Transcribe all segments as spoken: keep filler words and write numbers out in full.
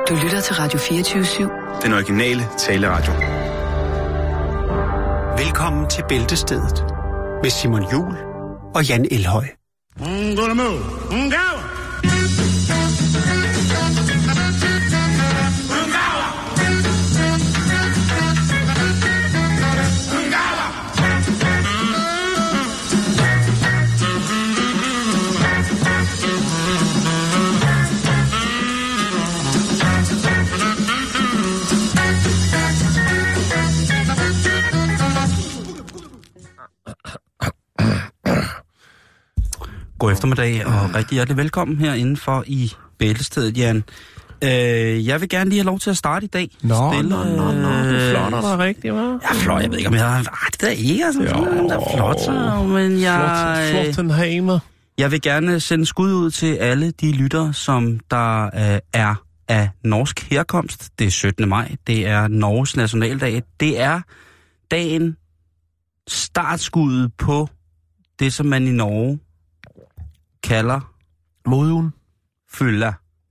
Du lytter til Radio fireogtyve syv. Den originale taleradio. Velkommen til Bæltestedet med Simon Juhl og Jan Elhøj. Mm, good move. Mm, go. God eftermiddag, og rigtig hjertelig velkommen herinde for i Bæltestedet, Jan. Øh, jeg vil gerne lige have lov til at starte i dag. Nå, Stille, nå, nå, nå, du flotter dig rigtigt, hva'? Ja, flot, jeg ved ikke, om jeg har... Ah, det der ikke, altså. Jo, der er flot, så, men jeg... Flot, flottenheimer. Jeg vil gerne sende skud ud til alle de lyttere, som der øh, er af norsk herkomst. Det er syttende maj, det er Norges nationaldag. Det er dagen startskuddet på det, som man i Norge kalder Modugen. fylla.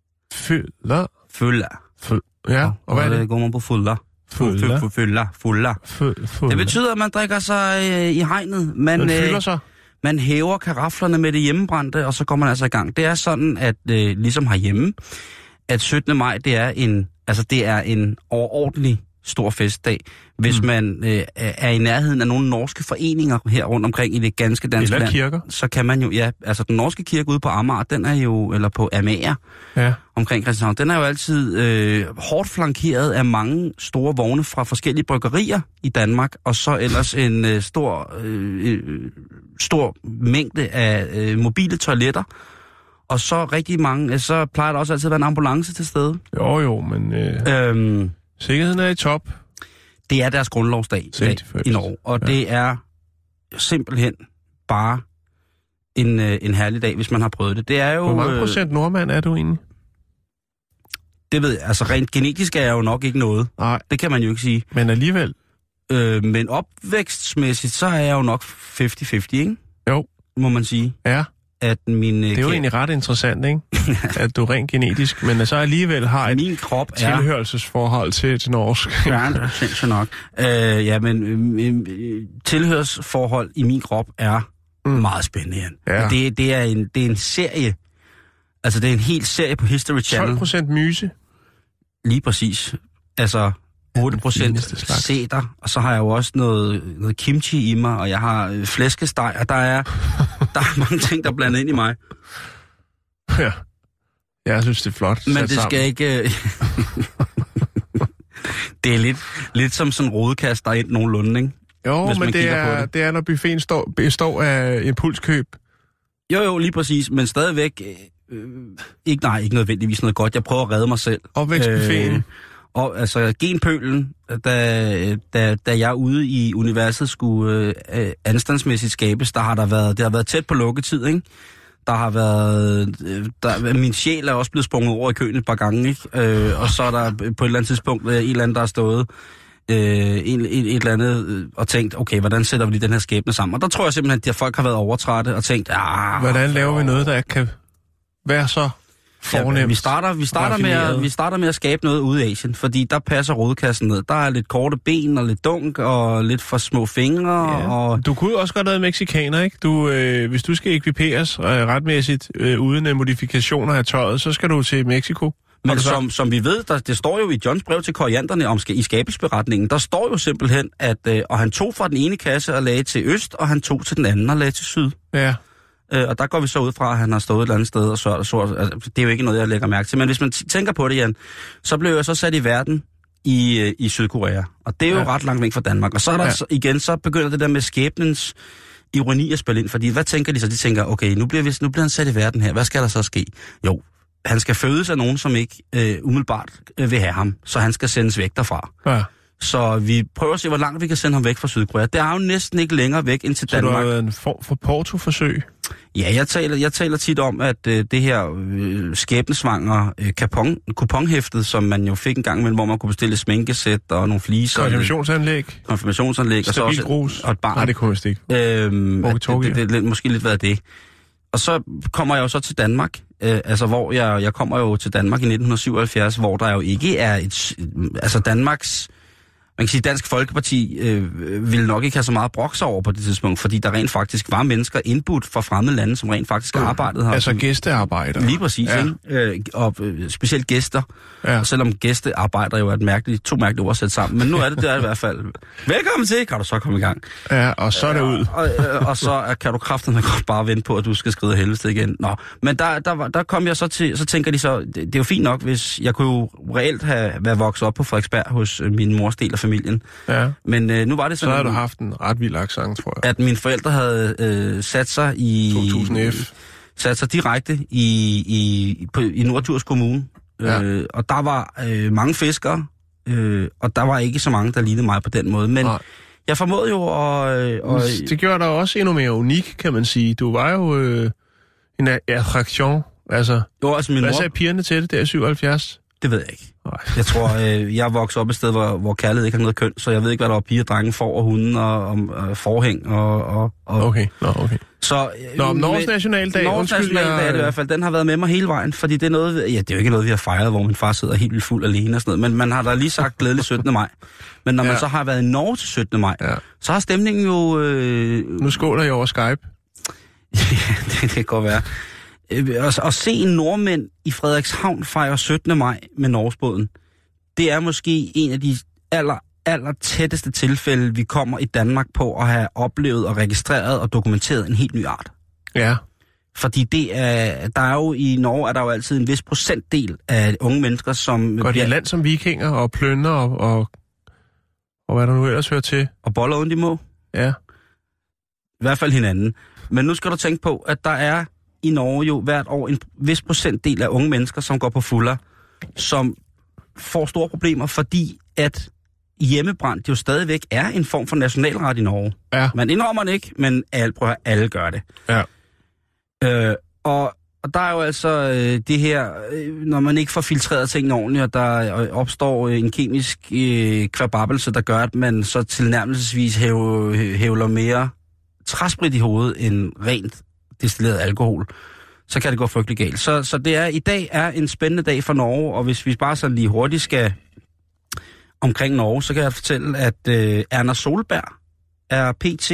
Fylla. Fylla. Ja, og hvad er det? Det går man på fulla. Fulla. Fylla. Fulla. Det betyder, at man drikker sig øh, i hegnet. Man, man fylder øh, sig. Man hæver karaflerne med det hjemmebrændte, og så går man altså i gang. Det er sådan, at øh, ligesom herhjemme, at syttende maj, det er en, altså det er en overordentlig stor festdag. Hvis mm. man øh, er i nærheden af nogle norske foreninger her rundt omkring i det ganske danske eller land, kirker. Så kan man jo, ja, altså den norske kirke ude på Amager, den er jo, eller på Amager, ja. Omkring Christianshavn, den er jo altid øh, hårdt flankeret af mange store vogne fra forskellige bryggerier i Danmark, og så ellers en øh, stor, øh, stor mængde af øh, mobile toiletter, og så rigtig mange, så plejer der også altid at være en ambulance til stede. Jo jo, men øh, øhm, sikkerheden er i top. Det er deres grundlovsdag i Norge, og ja. Det er simpelthen bare en, øh, en herlig dag, hvis man har prøvet det. Det er jo... Hvor mange procent nordmand er du egentlig? Det ved jeg, altså rent genetisk er jeg jo nok ikke noget. Nej. Det kan man jo ikke sige. Men alligevel? Øh, men opvækstmæssigt, så er jeg jo nok halvtreds halvtreds, ikke? Jo. Må man sige. Ja. At min, det er jo egentlig ret interessant, ikke? At du rent genetisk, men så alligevel har et min krop er... tilhørelsesforhold til, til norsk. Ja, det er sindssygt nok. Øh, ja, men øh, tilhørsforhold i min krop er mm. meget spændende. Ja. Det, det, er en, det er en serie, altså det er en hel serie på History Channel. tolv procent myse. Lige præcis. Altså... otte procent sæter, og så har jeg jo også noget, noget kimchi i mig, og jeg har flæskesteg, og der er, der er mange ting, der er blandet ind i mig. Ja, jeg synes, det er flot. Men det skal sammen. ikke... det er lidt, lidt som sådan en rodekast, der er ind nogenlunde, ikke? Jo, hvis men det er, det. det er, når buffeten står, består af impulskøb. Jo, jo, lige præcis, men stadigvæk... Øh, ikke, nej, ikke nødvendigvis noget godt. Jeg prøver at redde mig selv. Opvækstbuffeten. Øh, Og altså genpølen, da, da, da jeg ude i universet skulle øh, anstandsmæssigt skabes, der har der været, det har været tæt på lukketid, ikke? Der har været, øh, der, min sjæl er også blevet sprunget over i køen et par gange, ikke? Øh, og så er der på et eller andet tidspunkt en eller anden, der har stået øh, en, et, et eller andet øh, og tænkt, okay, hvordan sætter vi lige den her skæbne sammen? Og der tror jeg simpelthen, at de folk har været overtrætte og tænkt, ah... Hvordan laver vi noget, der kan være så... Ja, vi starter, vi, starter med at, vi starter med at skabe noget ude i Asien, fordi der passer rodekassen ned. Der er lidt korte ben og lidt dunk og lidt for små fingre. Ja. Og... Du kunne også godt have mexikaner, ikke? Du, øh, hvis du skal ekviperes øh, retmæssigt øh, uden modifikationer af tøjet, så skal du til Mexico. Men som, som vi ved, der, det står jo i Johns brev til koreanerne om i skabelsberetningen, der står jo simpelthen, at øh, og han tog fra den ene kasse og lagde til øst, og han tog til den anden og lagde til syd. Ja. Øh, og der går vi så ud fra, at han har stået et eller andet sted og sørget og sort. Altså, det er jo ikke noget, jeg lægger mærke til. Men hvis man t- tænker på det, Jan, så blev jeg så sat i verden i, øh, i Sydkorea. Og det er jo ja. ret langt væk fra Danmark. Og så er der ja. så, igen, så begynder det der med skæbnens ironi at spille ind. Fordi hvad tænker de så? De tænker, okay, nu bliver, vi, nu bliver han sat i verden her. Hvad skal der så ske? Jo, han skal fødes af nogen, som ikke øh, umiddelbart øh, vil have ham. Så han skal sendes væk derfra. Ja. Så vi prøver at se, hvor langt vi kan sende ham væk fra Sydkorea. Det er jo næsten ikke længere væk end til så Danmark. Så du har været en form for Porto-forsøg? Ja, jeg taler, jeg taler tit om, at øh, det her øh, skæbnesvanger øh, kupon, kuponhæftet, som man jo fik en gang imellem, hvor man kunne bestille sminkesæt og nogle fliser. Konfirmationsanlæg. Konfirmationsanlæg. Stabil og så grus. Og et barn. Nej, det kunne jeg ikke. Øhm, at det, det, det, det måske lidt været det. Og så kommer jeg jo så til Danmark øh, altså hvor jeg, jeg kommer jo til Danmark i nitten syvoghalvfjerds, hvor der jo ikke er et, altså Danmarks, man kan sige, Dansk Folkeparti øh, ville nok ikke have så meget brok sig over på det tidspunkt, fordi der rent faktisk var mennesker indbudt fra fremmede lande, som rent faktisk mm. arbejdede her. Altså gæstearbejdere. Lige præcis, ja. Ikke? Øh, og øh, specielt gæster. Ja. Og selvom gæstearbejder jo er et mærkeligt, to mærkelige ord sat sammen, men nu er det det er i hvert fald. Velkommen til, kan du så komme i gang. Ja, og så er det ud. Øh, og, øh, og så kan du kraftedeme godt bare vente på, at du skal skride helvede igen. Nå, men der, der, der kom jeg så til, så tænker de så, det, det er jo fint nok, hvis jeg kunne jo reelt have været vokset op på Frederiksberg hos øh, min mors del af familien. Ja. Men øh, nu var det sådan, så havde du haft en ret vild accent, tror jeg. At mine forældre havde øh, sat sig i to tusind F. Sat sig direkte i i på, i Norddjurs Kommune. Ja. Øh, og der var øh, mange fiskere, øh, og der var ikke så mange der lignede mig på den måde, men nej. Jeg formåede jo at øh, og, det gjorde dig også endnu mere unik, kan man sige. Du var jo øh, en attraktion, altså. Jo, altså min hvad mor... sagde pigerne til det der i syvoghalvfjerds? Det ved jeg ikke. Nej. Jeg tror, øh, jeg voksede op et sted, hvor, hvor kærlighed ikke har noget køn, så jeg ved ikke, hvad der var piger, drenge, får og hunden og, og, og forhæng og... og, og okay, nå, okay. Så, øh, Nå, Norges Nationaldag, Norges Nationaldag jeg... er det i hvert fald, den har været med mig hele vejen, fordi det er noget, ja, det er jo ikke noget, vi har fejret, hvor min far sidder helt vildt fuld alene og sådan noget, men man har da lige sagt glædelig syttende maj. Men når ja. man så har været i Norge til syttende maj, ja. så har stemningen jo... Øh... Nu skåler jeg over Skype. Ja, det, det kan godt være. At, at se en nordmænd i Frederikshavn fejre syttende maj med Norgesbåden, det er måske en af de aller, aller tætteste tilfælde, vi kommer i Danmark på at have oplevet og registreret og dokumenteret en helt ny art. Ja. Fordi det er, der er jo i Norge er der jo altid en vis procentdel af unge mennesker, som... Går de et land som vikinger og plønder og, og, og hvad der nu ellers hører til? Og boller uden de må. Ja. I hvert fald hinanden. Men nu skal du tænke på, at der er i Norge jo hvert år en vis procentdel af unge mennesker, som går på fuller, som får store problemer, fordi at hjemmebrand jo stadigvæk er en form for nationalret i Norge. Ja. Man indrømmer det ikke, men alle, prøver, alle gør det. Ja. Øh, og, og der er jo altså øh, det her, øh, når man ikke får filtreret tingene ordentligt, og der opstår øh, en kemisk øh, kvababbelse, der gør, at man så tilnærmelsesvis hæv, hævler mere træsprit i hovedet end rent destilleret alkohol, så kan det gå frygtelig galt. Så, så det er, i dag er en spændende dag for Norge, og hvis vi bare så lige hurtigt skal omkring Norge, så kan jeg fortælle, at øh, Erna Solberg er pt.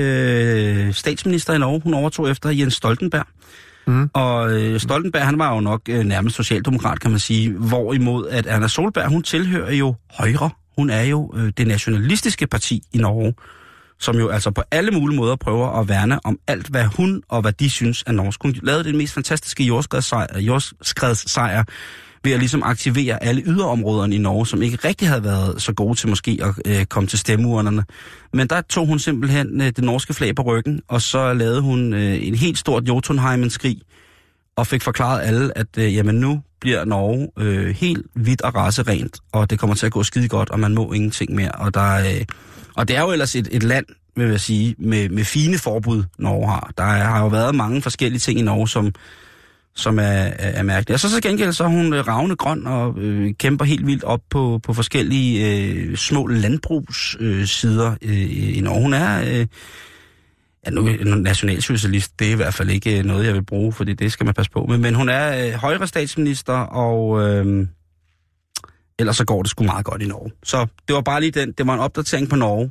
Øh, statsminister i Norge. Hun overtog efter Jens Stoltenberg. Mm. Og øh, Stoltenberg, han var jo nok øh, nærmest socialdemokrat, kan man sige, hvorimod at Erna Solberg, hun tilhører jo Højre. Hun er jo øh, det nationalistiske parti i Norge, som jo altså på alle mulige måder prøver at værne om alt, hvad hun og hvad de synes er norsk. Hun lavede den mest fantastiske jordskredssejr, jordskredssejr ved at ligesom aktivere alle yderområderne i Norge, som ikke rigtig havde været så gode til måske at øh, komme til stemmeurnerne. Men der tog hun simpelthen øh, det norske flag på ryggen, og så lavede hun øh, en helt stort Jotunheimen-skrig, og fik forklaret alle, at øh, jamen nu bliver Norge øh, helt hvidt og racerent, og det kommer til at gå skide godt, og man må ingenting mere. Og, der, øh, og det er jo ellers et, et land, vil jeg sige, med, med fine forbud, Norge har. Der er, har jo været mange forskellige ting i Norge, som, som er, er, er mærkelige. Og så til gengæld så er hun øh, ravne grøn og øh, kæmper helt vildt op på, på forskellige øh, små landbrugssider øh, i Norge. Hun er... Øh, Ja, nu er en nationalsocialist, det er i hvert fald ikke noget, jeg vil bruge, fordi det skal man passe på med. Men hun er øh, højre statsminister, og øh, ellers så går det sgu meget godt i Norge. Så det var bare lige den, det var en opdatering på Norge.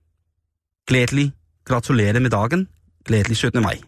Glædelig, gratulerer med dagen. Glædelig syttende maj.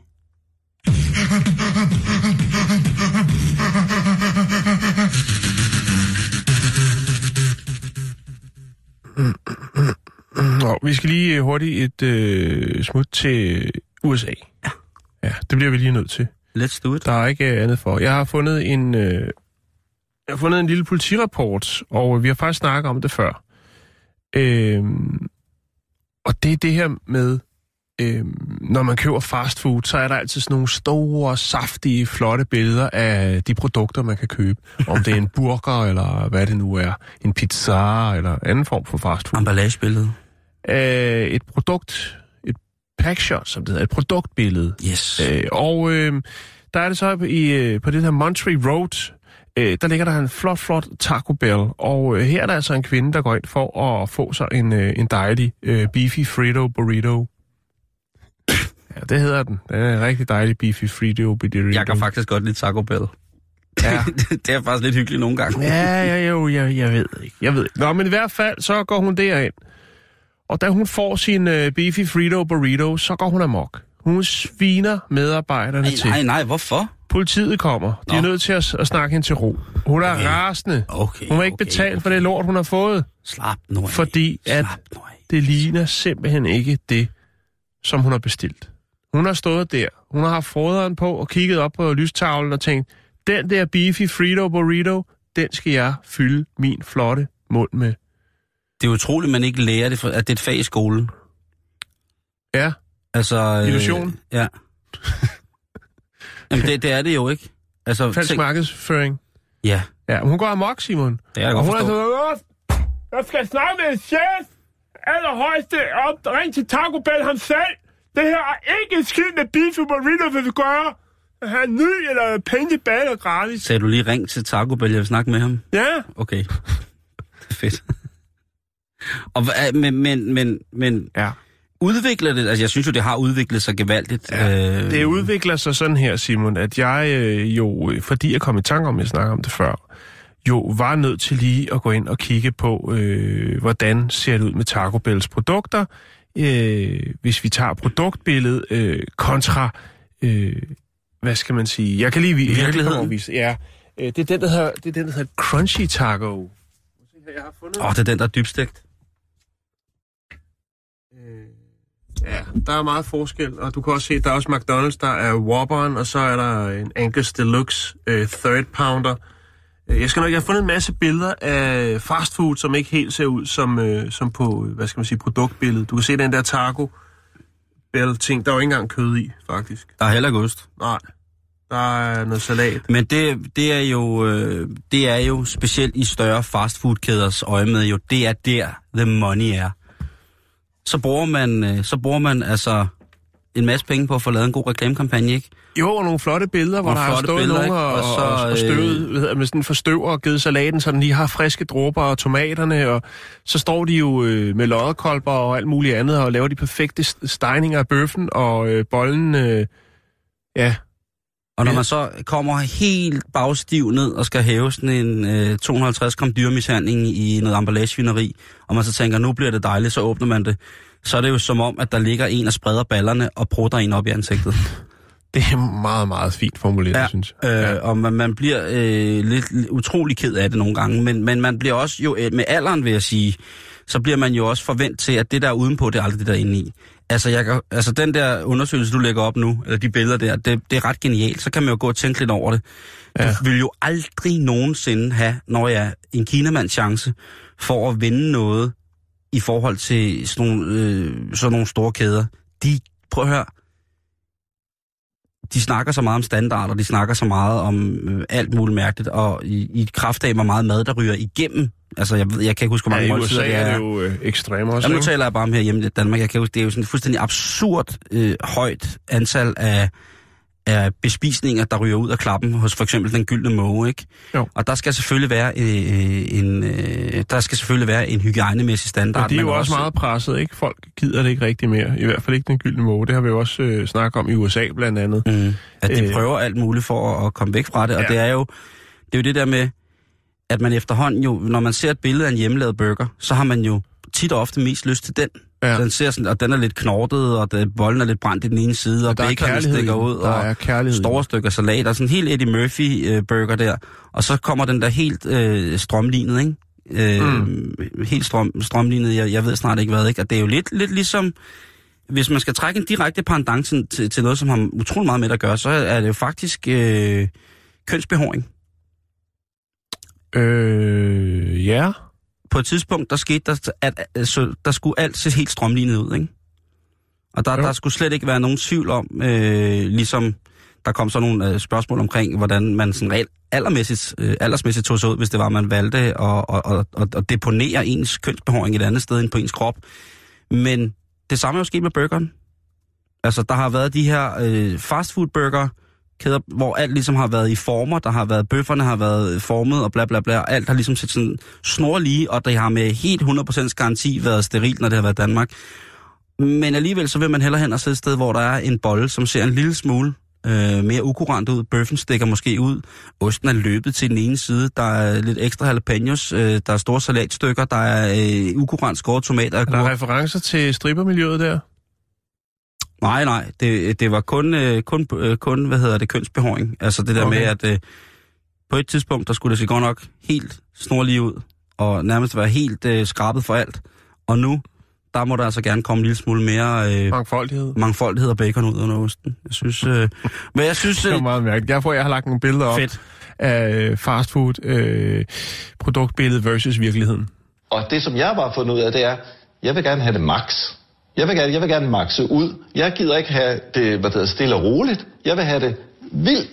Nå, vi skal lige hurtigt et øh, smut til U S A. Ja. Ja, det bliver vi lige nødt til. Let's do it. Der er ikke andet for. Jeg har fundet en, øh, jeg har fundet en lille politirapport, og vi har faktisk snakket om det før. Øh, og det er det her med, øh, når man køber fast food, så er der altid sådan nogle store, saftige, flotte billeder af de produkter, man kan købe. Om det er en burger, eller hvad det nu er. En pizza, eller anden form for fast food. Emballagebillede. Øh, et produkt, et packshot, som det hedder, et produktbillede. Yes. Øh, og øh, der er det så i, på det her Monterey Road, øh, der ligger der en flot, flot Taco Bell. Og øh, her er der altså en kvinde, der går ind for at få sig en, øh, en dejlig øh, beefy Frito burrito. Ja, det hedder den. Den er en rigtig dejlig beefy Frito Burrito. Jeg kan faktisk godt lide Taco Bell. Ja. Det er faktisk lidt hyggeligt nogle gange. Ja, ja, jo, jeg, jeg ved ikke. Jeg ved ikke. Nå, men i hvert fald, så går hun derind. Og da hun får sin uh, beefy Frito Burrito, så går hun amok. Hun sviner medarbejderne nej, til. Nej, nej, hvorfor? Politiet kommer. De Nå. er nødt til at, at snakke hende til ro. Hun er okay. rasende. Okay, hun har ikke okay, betalt okay. for det lort, hun har fået. Slap nu af. Fordi at nu af. Det ligner simpelthen ikke det, som hun har bestilt. Hun har stået der. Hun har haft froderen på og kigget op på lystavlen og tænkt, den der beefy Frito Burrito, den skal jeg fylde min flotte mund med. Det er utroligt, man ikke lærer det, for, at det er et fag i skolen. Ja. Altså... Illusion. Øh, ja. Jamen, det, det er det jo ikke. Altså, falsk tænk... markedsføring. Ja. Ja, hun går amok, Simon. Det er jeg godt hun forstå. Er så, jeg skal snakke med en chef. Allerhøjeste op. Ring til Taco Bell ham selv. Det her er ikke skidt med beefy burrito, hvad vi gør. Han er ny eller penge tilbage og gratis. Sagde du lige ring til Taco Bell, jeg vil snakke med ham? Ja. Okay. Det er fedt. Og, men, men, men, men ja. Udvikler det, altså jeg synes jo, det har udviklet sig gevaldigt. Ja, øh... Det udvikler sig sådan her, Simon, at jeg øh, jo, fordi jeg kom i tanke om, jeg snakker om det før, jo var nødt til lige at gå ind og kigge på, øh, hvordan ser det ud med Taco Bells produkter, øh, hvis vi tager produktbilledet øh, kontra, øh, hvad skal man sige, jeg kan lige vise, virkeligheden. Vise, ja, øh, det er den, der hedder, det er den, der hedder Crunchy Taco. Åh, oh, det er den, der er dybstegt. Ja, der er meget forskel, og du kan også se, der er også McDonald's, der er Whopperen, og så er der en Angus Deluxe uh, Third Pounder. Jeg skal nok, jeg har fundet en masse billeder af fastfood, som ikke helt ser ud som, uh, som på, hvad skal man sige, produktbilledet. Du kan se den der Taco Bell-ting, der er jo ikke engang kød i, faktisk. Der er heller ikke ost. Nej, der er noget salat. Men det, det, er jo, øh, det er jo specielt i større fastfood-kæders øje med jo, det er der, the money er. Så bruger man, så bruger man altså en masse penge på at få lavet en god reklamekampagne, ikke? Jo, og nogle flotte billeder, hvor der har stået nogen og, og, så, og støvet øh... med sådan en forstøver og givet salaten, så den lige har friske dråber og tomaterne, og så står de jo øh, med loddekolber og alt muligt andet, og laver de perfekte stegninger af bøffen og øh, bollen, øh, ja. Og når man så kommer helt bagstiv ned og skal hæve sådan en øh, to hundrede og halvtreds gram dyremishandling i noget emballagesvineri, og man så tænker, nu bliver det dejligt, så åbner man det, så er det jo som om, at der ligger en og spreder ballerne og prutter en op i ansigtet. Det er meget, meget fint formuleret, ja, synes jeg. Ja. Øh, og man, man bliver øh, lidt utrolig ked af det nogle gange, men, men man bliver også, jo med alderen vil jeg sige, så bliver man jo også forventet til, at det der udenpå, det er aldrig det der inde i. Altså, jeg kan, altså den der undersøgelse, du lægger op nu, eller de billeder der, det, det er ret genialt. Så kan man jo gå og tænke lidt over det. Du ja. vil jo aldrig nogensinde have, når jeg er en kinamands chance, for at vinde noget i forhold til sådan nogle, øh, sådan nogle store kæder. De, prøv at høre, de snakker så meget om standarder, de snakker så meget om øh, alt muligt mærkeligt, og i, i kraft af, hvor meget mad, der ryger igennem. Altså, jeg, jeg kan ikke huske, hvor mange ja, måltider det er. er det jo øh, ekstremt også. Jamen, nu taler jeg bare om herhjemme i Danmark. Jeg kan huske, det er jo sådan et fuldstændig absurd øh, højt antal af, af bespisninger, der ryger ud af klappen hos for eksempel den gyldne måge, ikke? Jo. Og der skal selvfølgelig være øh, en, øh, der skal selvfølgelig være en hygiejnemæssig standard. Og de er jo også, også meget presset, ikke? Folk gider det ikke rigtig mere. I hvert fald ikke den gyldne måge. Det har vi jo også øh, snakket om i U S A blandt andet. Mm. At de øh. prøver alt muligt for at komme væk fra det. Og ja. det er jo det er jo det der med, at man efterhånden jo, når man ser et billede af en hjemmelavet burger, så har man jo tit og ofte mest lyst til den. Ja. Den ser sådan, og den er lidt knortet, og det, bollen er lidt brændt i den ene side, og baconen stikker ud, og store stykker salat, og sådan en helt Eddie Murphy-burger der. Og så kommer den der helt øh, strømlignet, ikke? Øh, mm. Helt strøm, strømlignet, jeg, jeg ved snart ikke hvad, ikke? Og det er jo lidt, lidt ligesom, hvis man skal trække en direkte pendant til, til noget, som har utrolig meget med at gøre, så er det jo faktisk øh, kønsbehåring. Øh, ja. På et tidspunkt, der skete der, at, at så, der skulle alt se helt strømlignet ud, ikke? Og der, der skulle slet ikke være nogen tvivl om, øh, ligesom der kom så nogle øh, spørgsmål omkring, hvordan man sådan reelt aldermæssigt, øh, aldersmæssigt tog sig ud, hvis det var, man valgte at og, og, og, og deponere ens kønsbehåring et andet sted end på ens krop. Men det samme er jo sket med burgeren. Altså, der har været de her øh, fastfood-burger, kæder, hvor alt ligesom har været i former, der har været, bøfferne har været formet og bla bla bla, og alt har ligesom set sådan snorlige, og det har med helt hundrede procent garanti været sterilt, når det har været Danmark. Men alligevel så vil man hellere hen og sidde et sted, hvor der er en bolle, som ser en lille smule øh, mere ukurant ud. Bøffen stikker måske ud. Osten er løbet til den ene side. Der er lidt ekstra jalapenos. Øh, der er store salatstykker. Der er øh, ukurant skåret tomater. Er der referencer til strippermiljøet der? Nej, nej. Det, det var kun, øh, kun, øh, kun, hvad hedder det, kønsbehåring. Altså det der okay. med, at øh, på et tidspunkt, der skulle det se godt nok helt snorlige ud. Og nærmest være helt øh, skrabet for alt. Og nu, der må der altså gerne komme en lille smule mere... Øh, mangfoldighed. Mangfoldighed og bacon ud under osten. Jeg synes... Øh, men jeg synes... Øh, det er meget mærkeligt. Jeg får, jeg har lagt nogle billeder op fedt. af fastfood øh, produktbillede versus virkeligheden. Og det, som jeg bare har fundet ud af, det er, jeg vil gerne have det max. Jeg vil gerne, jeg vil gerne maxe ud. Jeg gider ikke have det, hvad det hedder, stille og roligt. Jeg vil have det vildt.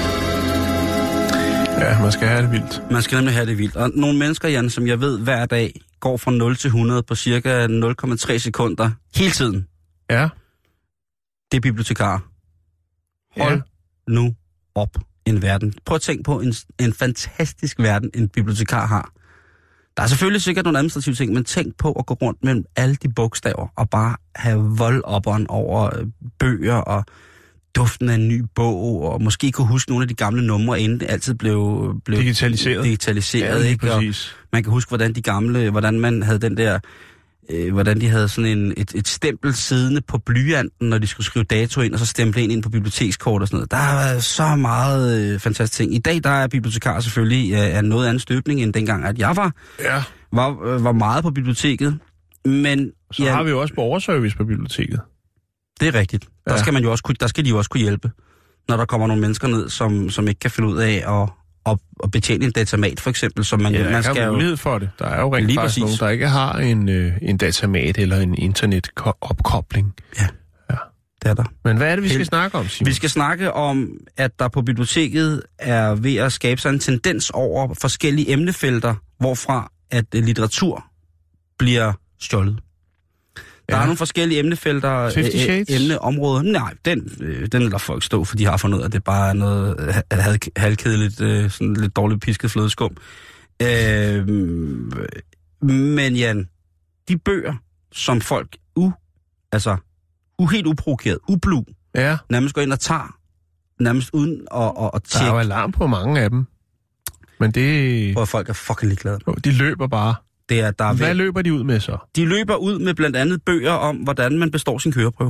Ja, man skal have det vildt. Man skal nemlig have det vildt. Og nogle mennesker, Jan, som jeg ved hver dag går fra nul til hundrede på cirka nul komma tre sekunder hele tiden. Ja. Det er bibliotekarer. Hold ja. nu op en verden. Prøv at tænke på en, en fantastisk verden, en bibliotekar har. Der er selvfølgelig sikkert nogle administrative ting, men tænk på at gå rundt mellem alle de bogstaver og bare have voldopperen over bøger og duften af en ny bog, og måske kunne huske nogle af de gamle numre, inden det altid blev, blev digitaliseret. digitaliseret ja, ikke? Og man kan huske, hvordan de gamle, hvordan man havde den der, øh, hvordan de havde sådan en, et, et stempel siddende på blyanten, når de skulle skrive dato ind, og så stemple ind, ind på bibliotekskort og sådan noget. Der har været så meget øh, fantastisk ting. I dag, der er bibliotekar selvfølgelig øh, af noget andet støbning, end dengang, at jeg var, ja. var, øh, var meget på biblioteket. Men så ja, har vi jo også borgerservice på biblioteket. Det er rigtigt. Der, ja. skal man jo også kunne, der skal de jo også kunne hjælpe, når der kommer nogle mennesker ned, som, som ikke kan finde ud af at, at, at betjene en datamat, for eksempel. Som man, ja, man der skal er mulighed for det. Der er jo rent faktisk nogen, der ikke har en, øh, en datamat eller en internetopkobling. Ja, ja, det er der. Men hvad er det, vi skal Hel- snakke om, Simon? Vi skal snakke om, at der på biblioteket er ved at skabe sig en tendens over forskellige emnefelter, hvorfra at litteratur bliver stjålet. Der ja. er nogle forskellige emnefelter, øh, emneområder. Nej, den, øh, den lader folk stå, for de har fundet ud af, at det bare er noget halvkedeligt, øh, sådan lidt dårligt pisket flødeskum. Øh, men Jan, de bøger, som folk u, altså u, helt uprovokeret, ublu, ja. nærmest går ind og tager, nærmest uden at, at, at tjekke. Der er jo alarm på mange af dem. Men det... Hvor folk er fucking ligeglade. De løber bare. Det er, der er Hvad ved... løber de ud med så? De løber ud med blandt andet bøger om, hvordan man består sin køreprøve.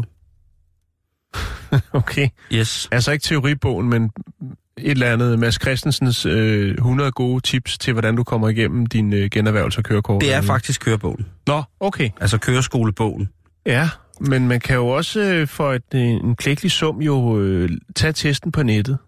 Okay. Yes. Altså ikke teoribogen, men et eller andet Mads Christensens øh, hundrede gode tips til, hvordan du kommer igennem din øh, generhvervelse af kørekort. Det er faktisk kørebogen. Nå, okay. Altså køreskole-bogen. Ja, men man kan jo også øh, for et, øh, en klækkelig sum jo øh, tage testen på nettet.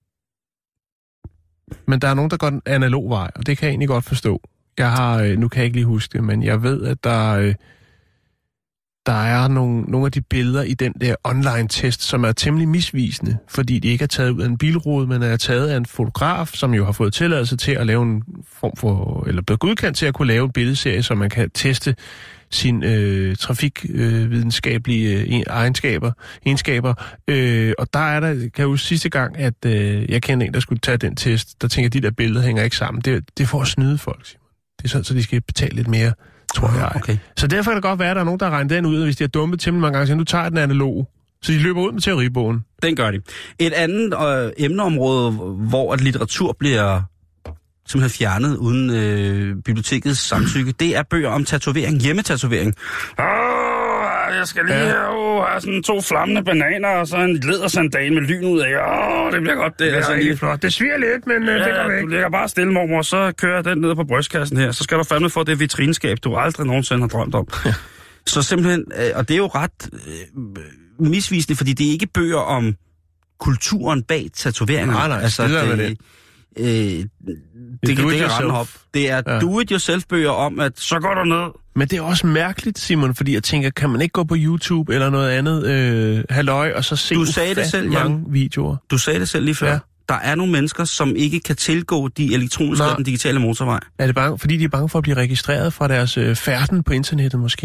Men der er nogen, der går en analog vej, og det kan jeg egentlig godt forstå. Jeg har, nu kan jeg ikke lige huske det, men jeg ved, at der, der er nogle, nogle af de billeder i den der online-test, som er temmelig misvisende, fordi de ikke er taget ud af en bilrude, men er taget af en fotograf, som jo har fået tilladelse til at lave en form for, eller blevet godkendt til at kunne lave en billedserie, så man kan teste sine øh, trafikvidenskabelige øh, egenskaber. egenskaber. Øh, og der er der, kan jeg huske sidste gang, at øh, jeg kender en, der skulle tage den test, der tænker, at de der billeder hænger ikke sammen. Det, det er for at snyde folk, Simon. Det er sådan, så de skal betale lidt mere, tror jeg. Okay. Så derfor kan det godt være, at der er nogen, der regner den ud, hvis de har dumpet temmelig mange gange, så nu tager den analoge. Så de løber ud med teoribogen. Den gør de. Et andet øh, emneområde, hvor at litteratur bliver simpelthen fjernet uden øh, bibliotekets samtykke, det er bøger om tatovering, hjemmetatovering. Åh, jeg skal lige ja. oh, have sådan to flammende bananer og så en lædersandal med lyn ud af. Åh, det bliver godt. Det, det er altså lige flot. Det sviger lidt, men ja, det går væk. Du ligger bare stille, mormor, så kører jeg den ned på brystkassen her. Så skal du fandme få det vitrinskab, du aldrig nogensinde har drømt om. Så simpelthen, øh, og det er jo ret øh, misvisende, fordi det er ikke bøger om kulturen bag tatoveringer. Nej, nej, altså, det, det. Øh, det, det kan ikke rende op. Det er ja. do-it-yourself-bøger om, at så går du ned. Men det er også mærkeligt, Simon, fordi jeg tænker, kan man ikke gå på YouTube eller noget andet øh, halløj, og så se du sagde det selv, mange Jan. videoer? Du sagde det selv lige før. Ja. Der er nogle mennesker, som ikke kan tilgå de elektroniske og den digitale motorvej. Er det bange, fordi de er bange for at blive registreret fra deres øh, færden på internettet måske?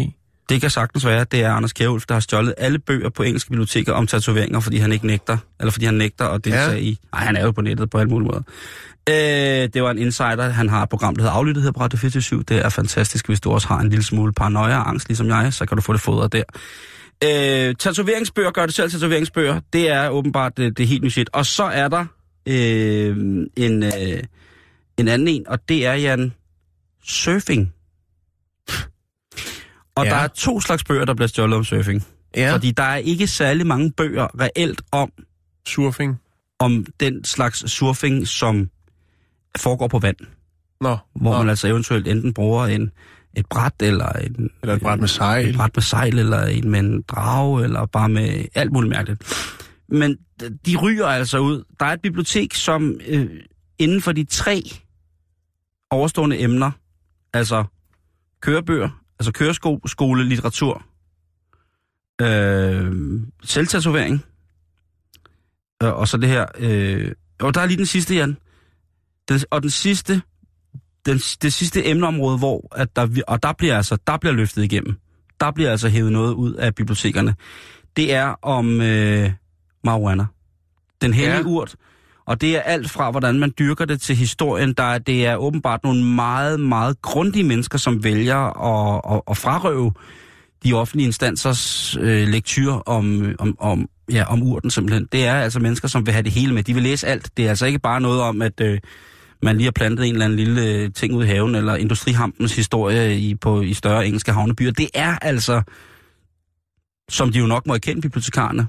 Det kan sagtens være, at det er Anders Kjærulf, der har stjålet alle bøger på engelske biblioteker om tatoveringer, fordi han ikke nægter, eller fordi han nægter at deltage ja. i... Nej, han er jo på nettet på alle mulige måder. Øh, det var en insider. Han har et program, der hedder Aflyttet her på Radio fireogtyve syv. Det er fantastisk, hvis du også har en lille smule paranoia og angst, ligesom jeg, så kan du få det fodret der. Øh, tatoveringsbøger, gør det selv tatoveringsbøger, det er åbenbart det, det helt nye shit. Og så er der øh, en, øh, en anden en, og det er, Jan, surfing. Og ja. der er to slags bøger, der bliver stjålet om surfing. Ja. Fordi der er ikke særlig mange bøger reelt om surfing. Om den slags surfing, som foregår på vand. Nå. Hvor Nå. man altså eventuelt enten bruger en, et bræt, eller, en, eller et bræt med sejl. Et bræt med sejl, eller en med en drage, eller bare med alt muligt mærkeligt. Men de ryger altså ud. Der er et bibliotek, som øh, inden for de tre overstående emner, altså kørebøger, altså køreskole, litteratur, øh, selvtatovering, øh, og så det her, øh, og der er lige den sidste, Jan. Den, og den sidste, den, det sidste emneområde, hvor at der, og der bliver altså, der bliver løftet igennem. Der bliver altså hævet noget ud af bibliotekerne. Det er om øh, marijuana. Den hellige ja. urt. Og det er alt fra, hvordan man dyrker det, til historien. Der, det er åbenbart nogle meget, meget grundige mennesker, som vælger at, at, at frarøve de offentlige instansers øh, lektyr om, om, om, ja, om urten simpelthen. Det er altså mennesker, som vil have det hele med. De vil læse alt. Det er altså ikke bare noget om, at øh, man lige har plantet en eller anden lille ting ud i haven, eller industrihampens historie i, på, i større engelske havnebyer. Det er altså, som de jo nok må erkende, bibliotekarerne.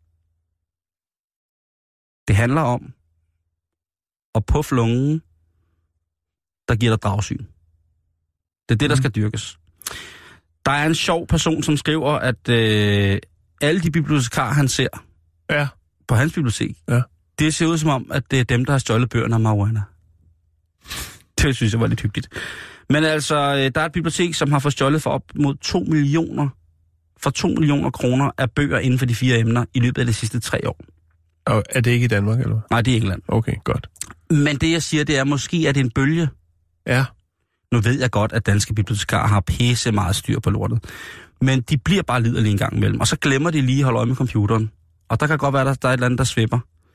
Det handler om at puffe lungen, der giver dig dragsyn. Det er det, der skal dyrkes. Der er en sjov person, som skriver, at øh, alle de bibliotekarer, han ser ja. på hans bibliotek, ja. det ser ud som om, at det er dem, der har stjålet bøgerne af marijuana. Det synes jeg var lidt hyggeligt. Men altså, der er et bibliotek, som har fået stjålet for op mod to millioner, for to millioner kroner af bøger inden for de fire emner i løbet af de sidste tre år. Og er det ikke i Danmark, eller hvad? Nej, det er England. Okay, godt. Men det, jeg siger, det er, måske er det en bølge. Ja. Nu ved jeg godt, at danske bibliotekarer har pisse meget styr på lortet. Men de bliver bare liderlige en gang imellem. Og så glemmer de lige at holde øje med computeren. Og der kan godt være, at der er et eller andet, der svipper.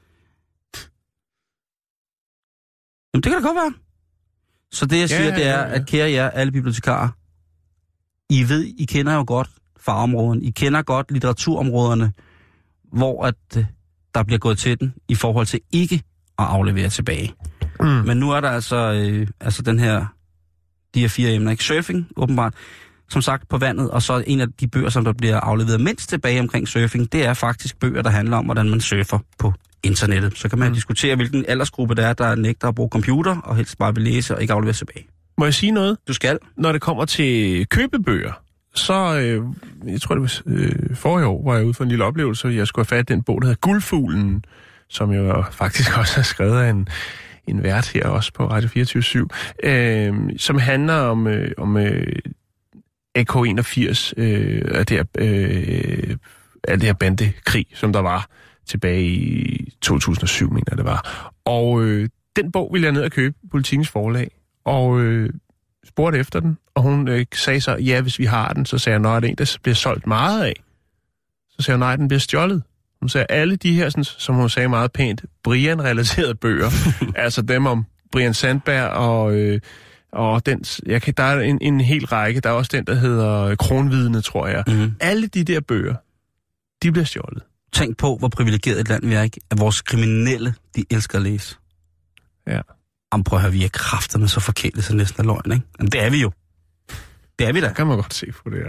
Jamen, det kan da godt være. Så det, jeg siger, ja, ja, ja, ja. det er, at kære jer, alle bibliotekarer, I ved, I kender jo godt fagområderne. I kender godt litteraturområderne, hvor at der bliver gået til den, i forhold til ikke at aflevere tilbage. Mm. Men nu er der altså, øh, altså den her, de her fire emner, ikke? Surfing, åbenbart, som sagt på vandet, og så en af de bøger, som der bliver afleveret mindst tilbage omkring surfing, det er faktisk bøger, der handler om, hvordan man surfer på internettet. Så kan man mm. diskutere, hvilken aldersgruppe der er, der nægter at bruge computer, og helst bare vil læse og ikke aflevere tilbage. Må jeg sige noget? Du skal. Når det kommer til købebøger, så, øh, jeg tror det var øh, forrige år, var jeg ude for en lille oplevelse, jeg skulle have fat i den bog, der hedder Guldfuglen, som jo faktisk også er skrevet af en, en vært her også på Radio fireogtyve syv, øh, som handler om, øh, om øh, A K enogfirs, øh, af det her, øh, af det her bandekrig, som der var tilbage i to tusind og syv, mener jeg det var. Og øh, den bog ville jeg ned og købe på Politikens Forlag, og øh, spurgte efter den, og hun øh, sagde så, ja, hvis vi har den, så sagde jeg, nej, det er en, der bliver solgt meget af. Så sagde jeg, nej, den bliver stjålet. Hun sagde, alle de her, sådan, som hun sagde meget pænt, Brian-relaterede bøger, altså dem om Brian Sandberg og, øh, og den, jeg kan, der er en, en hel række, der er også den, der hedder Kronvidne, tror jeg. Mm. Alle de der bøger, de bliver stjålet. Tænk på, hvor privilegeret et land vi er, ikke? At vores kriminelle, de elsker at læse. Ja. Jamen, prøv at høre, vi er kræfterne så forkælet, så næsten er løgn, ikke? Jamen, det er vi jo. Det er vi da. Det kan man godt se på det her.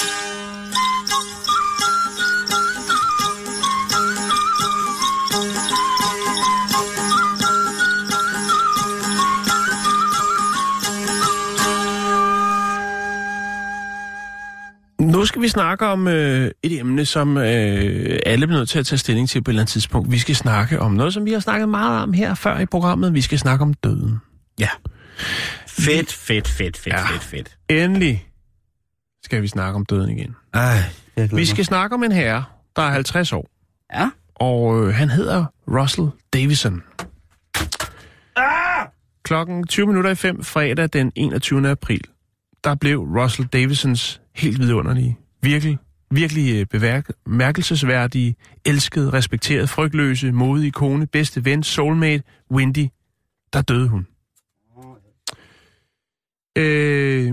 Nu skal vi snakke om øh, et emne, som øh, alle bliver nødt til at tage stilling til på et eller andet tidspunkt. Vi skal snakke om noget, som vi har snakket meget om her før i programmet. Vi skal snakke om døden. Ja. Fedt, fedt, fedt, fedt, ja. fedt, fedt. Endelig skal vi snakke om døden igen. Ej, vi skal snakke om en herre, der er halvtreds år. Ja. Og øh, han hedder Russell Davison. Ah! Klokken tyve minutter i fem fredag den enogtyvende april, der blev Russell Davisons helt vidunderlige, virkelig, virkelig bemærkelsesværdige, elskede, respekterede, frygtløse, modige kone, bedste ven, soulmate, Wendy, der døde hun. Øh,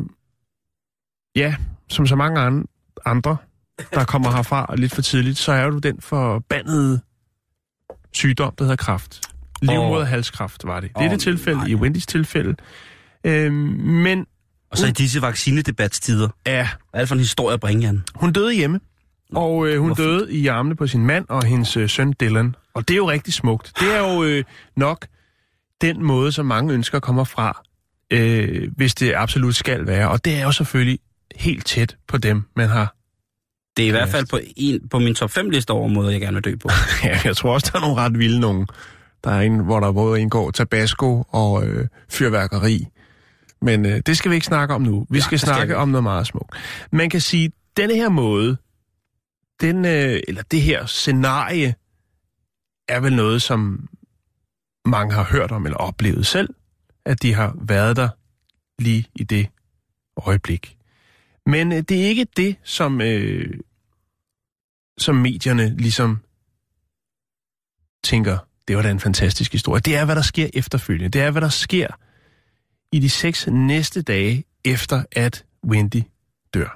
ja, som så mange andre, der kommer herfra lidt for tidligt, så er du den forbandede sygdom, der hedder kræft. Livmoderhalskræft var det. Det er det tilfælde, nej. I Wendys tilfælde. Øh, men... Og så i disse vaccinedebatstider. Ja. Hvad er det for en historie at bringe, Jan? Hun døde hjemme. Og øh, hun Hvorfor? døde i armene på sin mand og hendes øh, søn Dylan. Og det er jo rigtig smukt. Det er jo øh, nok den måde, som mange ønsker kommer fra, øh, hvis det absolut skal være. Og det er jo selvfølgelig helt tæt på dem, man har. Det er i hvert fald på, en, på min top fem liste over måder, jeg gerne vil dø på. Ja, jeg tror også, der er nogle ret vilde nogen. Der er en, hvor der både indgår tabasco og øh, fyrværkeri. Men øh, det skal vi ikke snakke om nu. Vi ja, skal snakke skal vi. om noget meget smukt. Man kan sige, denne her måde, den, øh, eller det her scenarie, er vel noget, som mange har hørt om eller oplevet selv, at de har været der lige i det øjeblik. Men øh, det er ikke det, som, øh, som medierne ligesom tænker, det var da en fantastisk historie. Det er, hvad der sker efterfølgende. Det er, hvad der sker i de seks næste dage efter, at Wendy dør.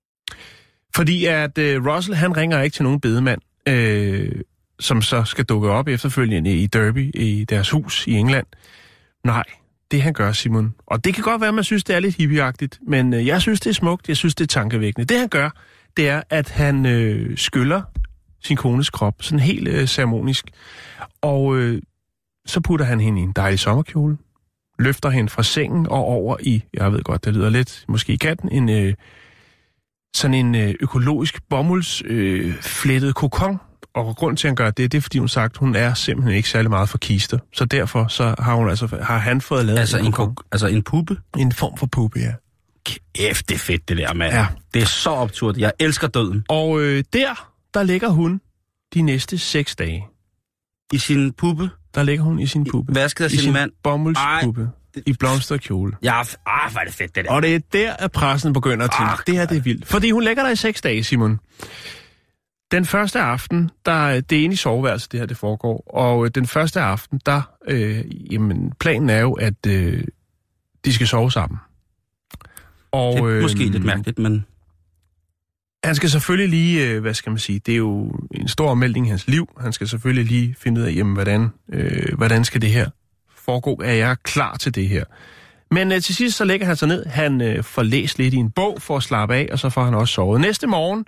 Fordi at øh, Russell, han ringer ikke til nogen bedemand, øh, som så skal dukke op efterfølgende i Derby, i deres hus i England. Nej, det han gør, Simon. Og det kan godt være, at man synes, det er lidt hippieagtigt, men øh, jeg synes, det er smukt, jeg synes, det er tankevækkende. Det han gør, det er, at han øh, skyller sin kones krop, sådan helt øh, ceremonisk. Og øh, så putter han hende i en dejlig sommerkjole, løfter hende fra sengen og over i, jeg ved godt, det lyder lidt, måske i katten, en øh, sådan en øh, økologisk bomuldsflettet øh, kokon. Og grund til, at han gør det, det er, fordi hun sagt, hun er simpelthen ikke særlig meget for kister. Så derfor så har hun altså, har han fået lavet altså en, en kokon. Altså en puppe? En form for puppe, ja. Kæft, det er fedt, det der, mand. Ja. Det er så absurd. Jeg elsker døden. Og øh, der, der ligger hun de næste seks dage. I sin puppe? Der ligger hun i sin puppe. Vasket af sin, sin mand? Bomuldspuppe. Det... I blomsterkjole. Ja, ah, hvor er det fedt, det der. Og det er der, at pressen begynder at tænke, det her, det er vildt. Fordi hun ligger der i seks dage, Simon. Den første aften, der, det er inde i soveværelset, det her, det foregår. Og den første aften, der, øh, jamen, planen er jo, at øh, de skal sove sammen. Og, det er øh, måske lidt mærkeligt, men... Han skal selvfølgelig lige, øh, hvad skal man sige, det er jo en stor omvæltning i hans liv. Han skal selvfølgelig lige finde ud af, jamen, hvordan, øh, hvordan skal det her foregå? Er jeg klar til det her? Men øh, til sidst så lægger han sig ned. Han øh, får læst lidt i en bog for at slappe af, og så får han også sovet. Næste morgen,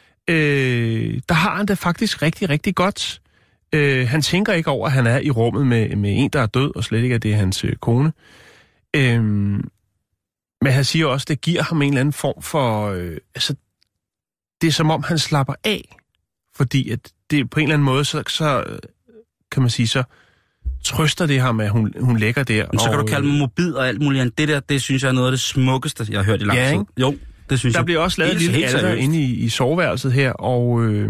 øh, der har han det faktisk rigtig, rigtig godt. Øh, han tænker ikke over, at han er i rummet med, med en, der er død, og slet ikke, at det er hans øh, kone. Øh, men han siger også, at det giver ham en eller anden form for... Øh, altså, det er som om, han slapper af, fordi at det på en eller anden måde, så, så kan man sige, så trøster det ham, at hun, hun ligger der. Men så kan og, du kalde mig mobil og alt muligt andet. Det der, det synes jeg er noget af det smukkeste, jeg har hørt i lang ja, tid. Jo, det synes der jeg. bliver også lavet en lille alder inde i, i soveværelset her, og øh,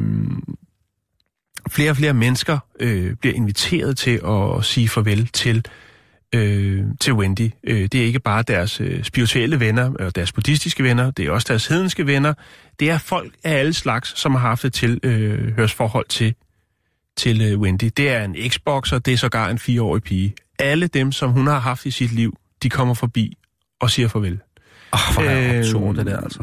flere og flere mennesker øh, bliver inviteret til at sige farvel til Øh, til Wendy. Øh, det er ikke bare deres øh, spirituelle venner, og deres buddhistiske venner, det er også deres hedenske venner. Det er folk af alle slags, som har haft et tilhørsforhold til, til øh, Wendy. Det er en Xboxer, det er sågar en fireårig pige. Alle dem, som hun har haft i sit liv, de kommer forbi og siger farvel. Åh, oh, hvor er det absurd, det der, altså.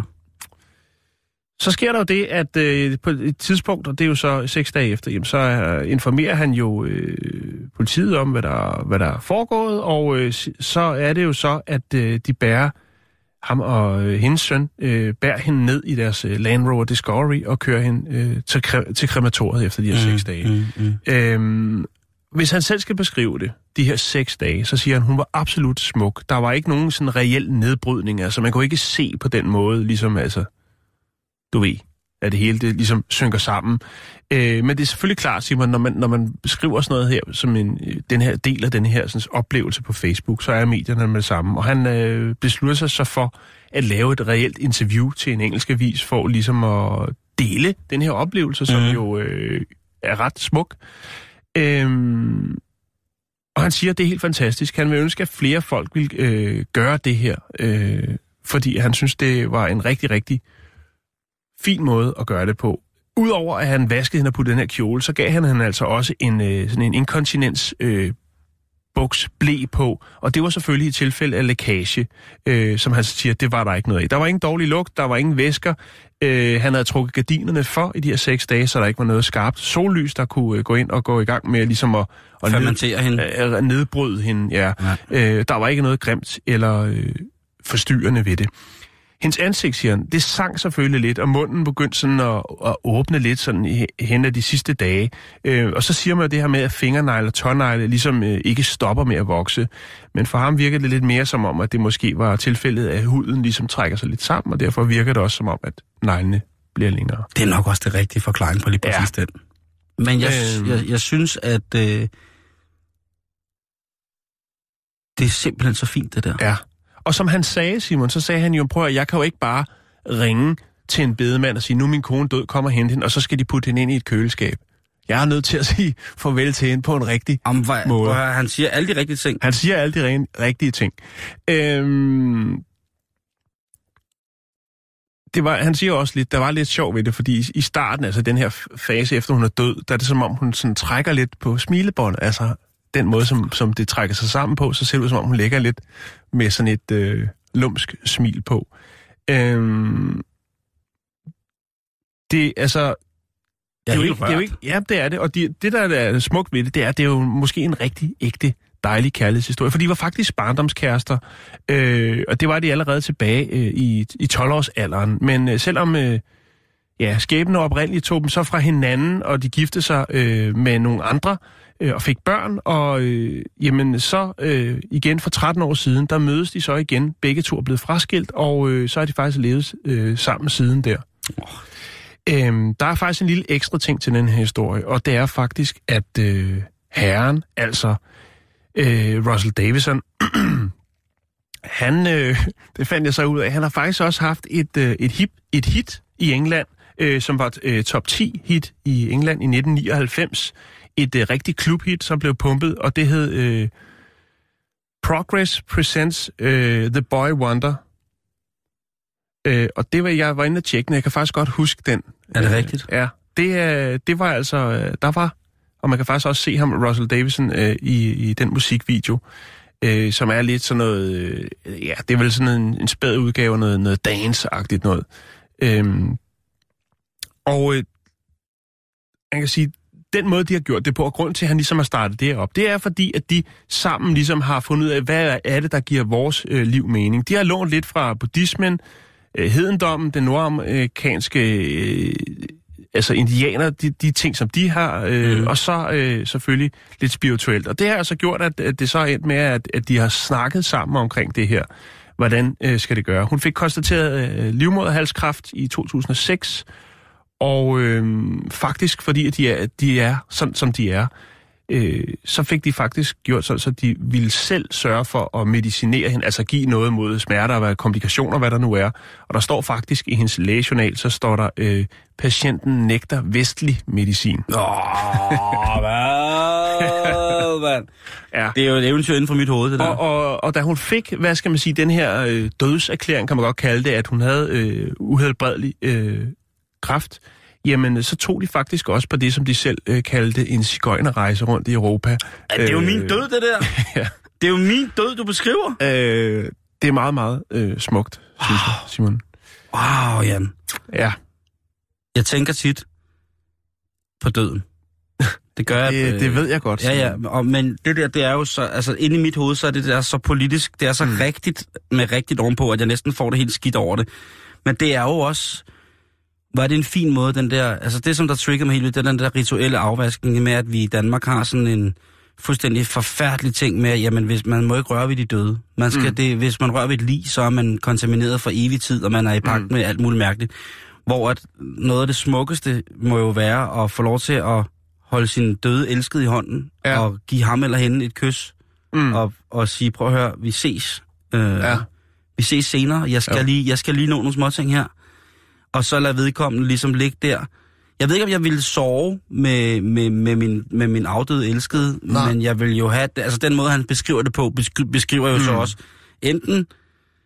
Så sker der jo det, at øh, på et tidspunkt, og det er jo så seks dage efter, jamen, så øh, informerer han jo øh, politiet om, hvad der, hvad der er foregået, og øh, så er det jo så, at øh, de bærer ham og øh, hendes søn, øh, bærer hende ned i deres øh, Land Rover Discovery og kører hende øh, til, kre- til krematoriet efter de her mm, seks dage. Mm, mm. Øhm, hvis han selv skal beskrive det, de her seks dage, så siger han, hun var absolut smuk. Der var ikke nogen sådan reel nedbrydning, altså man kunne ikke se på den måde, ligesom altså... Du ved, at det hele det ligesom synker sammen. Øh, men det er selvfølgelig klart, Simon, når man, når man beskriver sådan noget her, som en, den her del af den her sådan, oplevelse på Facebook, så er medierne med det samme. Og han øh, beslutter sig så for at lave et reelt interview til en engelsk avis, for ligesom at dele den her oplevelse, som mm. jo øh, er ret smuk. Øh, og han siger, at det er helt fantastisk. Han vil ønske, at flere folk vil øh, gøre det her. Øh, fordi han synes, det var en rigtig, rigtig fin måde at gøre det på. Udover at han vaskede hende og puttede den her kjole, så gav han hende altså også en, øh, sådan en inkontinens øh, buks blæ på, og det var selvfølgelig i tilfælde af lækage, øh, som han siger, det var der ikke noget af. Der var ingen dårlig lugt, der var ingen væsker, øh, han havde trukket gardinerne for i de her seks dage, så der ikke var noget skarpt sollys, der kunne øh, gå ind og gå i gang med ligesom at, at fermentere ned, hende. Øh, nedbryde hende, ja. ja. Øh, der var ikke noget grimt eller øh, forstyrrende ved det. Hendes ansigt, siger han, det sang selvfølgelig lidt, og munden begyndte sådan at, at åbne lidt sådan hen af de sidste dage. Øh, og så siger man jo det her med, at fingernegle og tånegle ligesom øh, ikke stopper med at vokse. Men for ham virker det lidt mere som om, at det måske var tilfældet, at huden ligesom trækker sig lidt sammen, og derfor virker det også som om, at neglene bliver længere. Det er nok også det rigtige forklaring på lige præcis ja. den. Men jeg, øh, jeg, jeg synes, at øh, det er simpelthen så fint, det der. Ja. Og som han sagde, Simon, så sagde han jo, prøv at jeg kan jo ikke bare ringe til en bedemand og sige, nu er min kone død, kom og hente hende, og så skal de putte hende ind i et køleskab. Jeg er nødt til at sige farvel til hende på en rigtig Om, hvad, måde. Han siger alle de rigtige ting. Han siger alle de rene, rigtige ting. Øhm, det var, han siger også lidt, der var lidt sjov ved det, fordi i starten, altså den her fase efter hun er død, der er det som om hun sådan trækker lidt på smilebånd, altså den måde, som, som det trækker sig sammen på, så ser det ud som om hun lægger lidt med sådan et øh, lumsk smil på. Øhm, det, altså... Jeg er det er helt jo ikke, det er jo ikke, ja, det er det. Og de, det, der er smukt ved det, det er, det er jo måske en rigtig ægte, dejlig kærlighedshistorie. For de var faktisk barndomskærester, øh, og det var de allerede tilbage øh, i, i tolv-årsalderen. Men øh, selvom øh, ja, skæbnen oprindeligt tog dem så fra hinanden, og de giftede sig øh, med nogle andre, og fik børn, og øh, jamen så øh, igen for tretten år siden, der mødes de så igen. Begge to er blevet fraskilt, og øh, så har de faktisk levet øh, sammen siden der. Oh. Øhm, der er faktisk en lille ekstra ting til den her historie, og det er faktisk, at øh, herren, altså øh, Russell Davison, han, øh, det fandt jeg så ud af, han har faktisk også haft et, øh, et, hit, et hit i England, øh, som var et øh, top ti hit i England i nitten nioghalvfems. Et øh, rigtig klubhit, som blev pumpet, og det hed øh, Progress Presents øh, The Boy Wonder. Øh, og det var, jeg var inde og tjekke, jeg kan faktisk godt huske den. Er det øh, rigtigt? Ja, det, øh, det var altså, øh, der var, og man kan faktisk også se ham, Russell Davison, øh, i, i den musikvideo, øh, som er lidt sådan noget, øh, ja, det er vel sådan en, en spæd udgave, noget, noget dance-agtigt noget. Øh, og øh, man kan sige, den måde, de har gjort det på, og grund til, at han ligesom har startet det op, det er fordi, at de sammen ligesom har fundet ud af, hvad er det, der giver vores øh, liv mening. De har lånt lidt fra buddhismen, øh, hedendommen, den nordamerikanske, øh, altså indianer, de, de ting, som de har, øh, mm. og så øh, selvfølgelig lidt spirituelt. Og det har altså gjort, at, at det så er endt med, at, at de har snakket sammen omkring det her. Hvordan øh, skal det gøre? Hun fik konstateret øh, livmoderhalskræft i to tusind og seks, og øh, faktisk, fordi de er, de er sådan, som de er, øh, så fik de faktisk gjort sådan, så de ville selv sørge for at medicinere hende, altså give noget mod smerter og komplikationer, hvad der nu er. Og der står faktisk i hendes lægejournal, så står der, øh, patienten nægter vestlig medicin. Åh, oh, hvad, mand. Ja. Det er jo et eventyr inden for mit hoved, det der. Og, og, og da hun fik, hvad skal man sige, den her øh, dødserklæring, kan man godt kalde det, at hun havde øh, uhelbredelig øh, kræft, jamen så tog de faktisk også på det, som de selv øh, kaldte en sigøjnerrejse rundt i Europa. Ja, det er jo øh, min død, det der. Ja. Det er jo min død, du beskriver. Øh, det er meget, meget øh, smukt, synes jeg, Simon. Wow, Jan. Ja. Jeg tænker tit på døden. Det gør jeg. Det, det ved jeg godt. Simon. Ja, ja. Og, men det der, det er jo så, altså inde i mit hoved, så er det der så politisk, det er så mm. rigtigt, med rigtigt ovenpå, at jeg næsten får det helt skidt over det. Men det er jo også, var det en fin måde, den der, altså det som der trigger mig helt vildt, det er den der rituelle afvaskning med, at vi i Danmark har sådan en fuldstændig forfærdelig ting med, jamen hvis man må ikke røre ved de døde. Man skal mm. det, hvis man rører ved et lig, så er man kontamineret for evig tid, og man er i pagt mm. med alt muligt mærkeligt. Hvor at noget af det smukkeste må jo være at få lov til at holde sin døde elskede i hånden, ja. Og give ham eller hende et kys, mm. og, og sige, prøv at høre, vi ses. Øh, ja. Vi ses senere. Jeg skal, lige, jeg skal lige nå nogle småting her. Og så lade vedkommende ligesom ligge der. Jeg ved ikke, om jeg ville sove med, med, med, min, med min afdøde elskede, nej. Men jeg vil jo have, altså den måde, han beskriver det på, beskriver jo mm. så også enten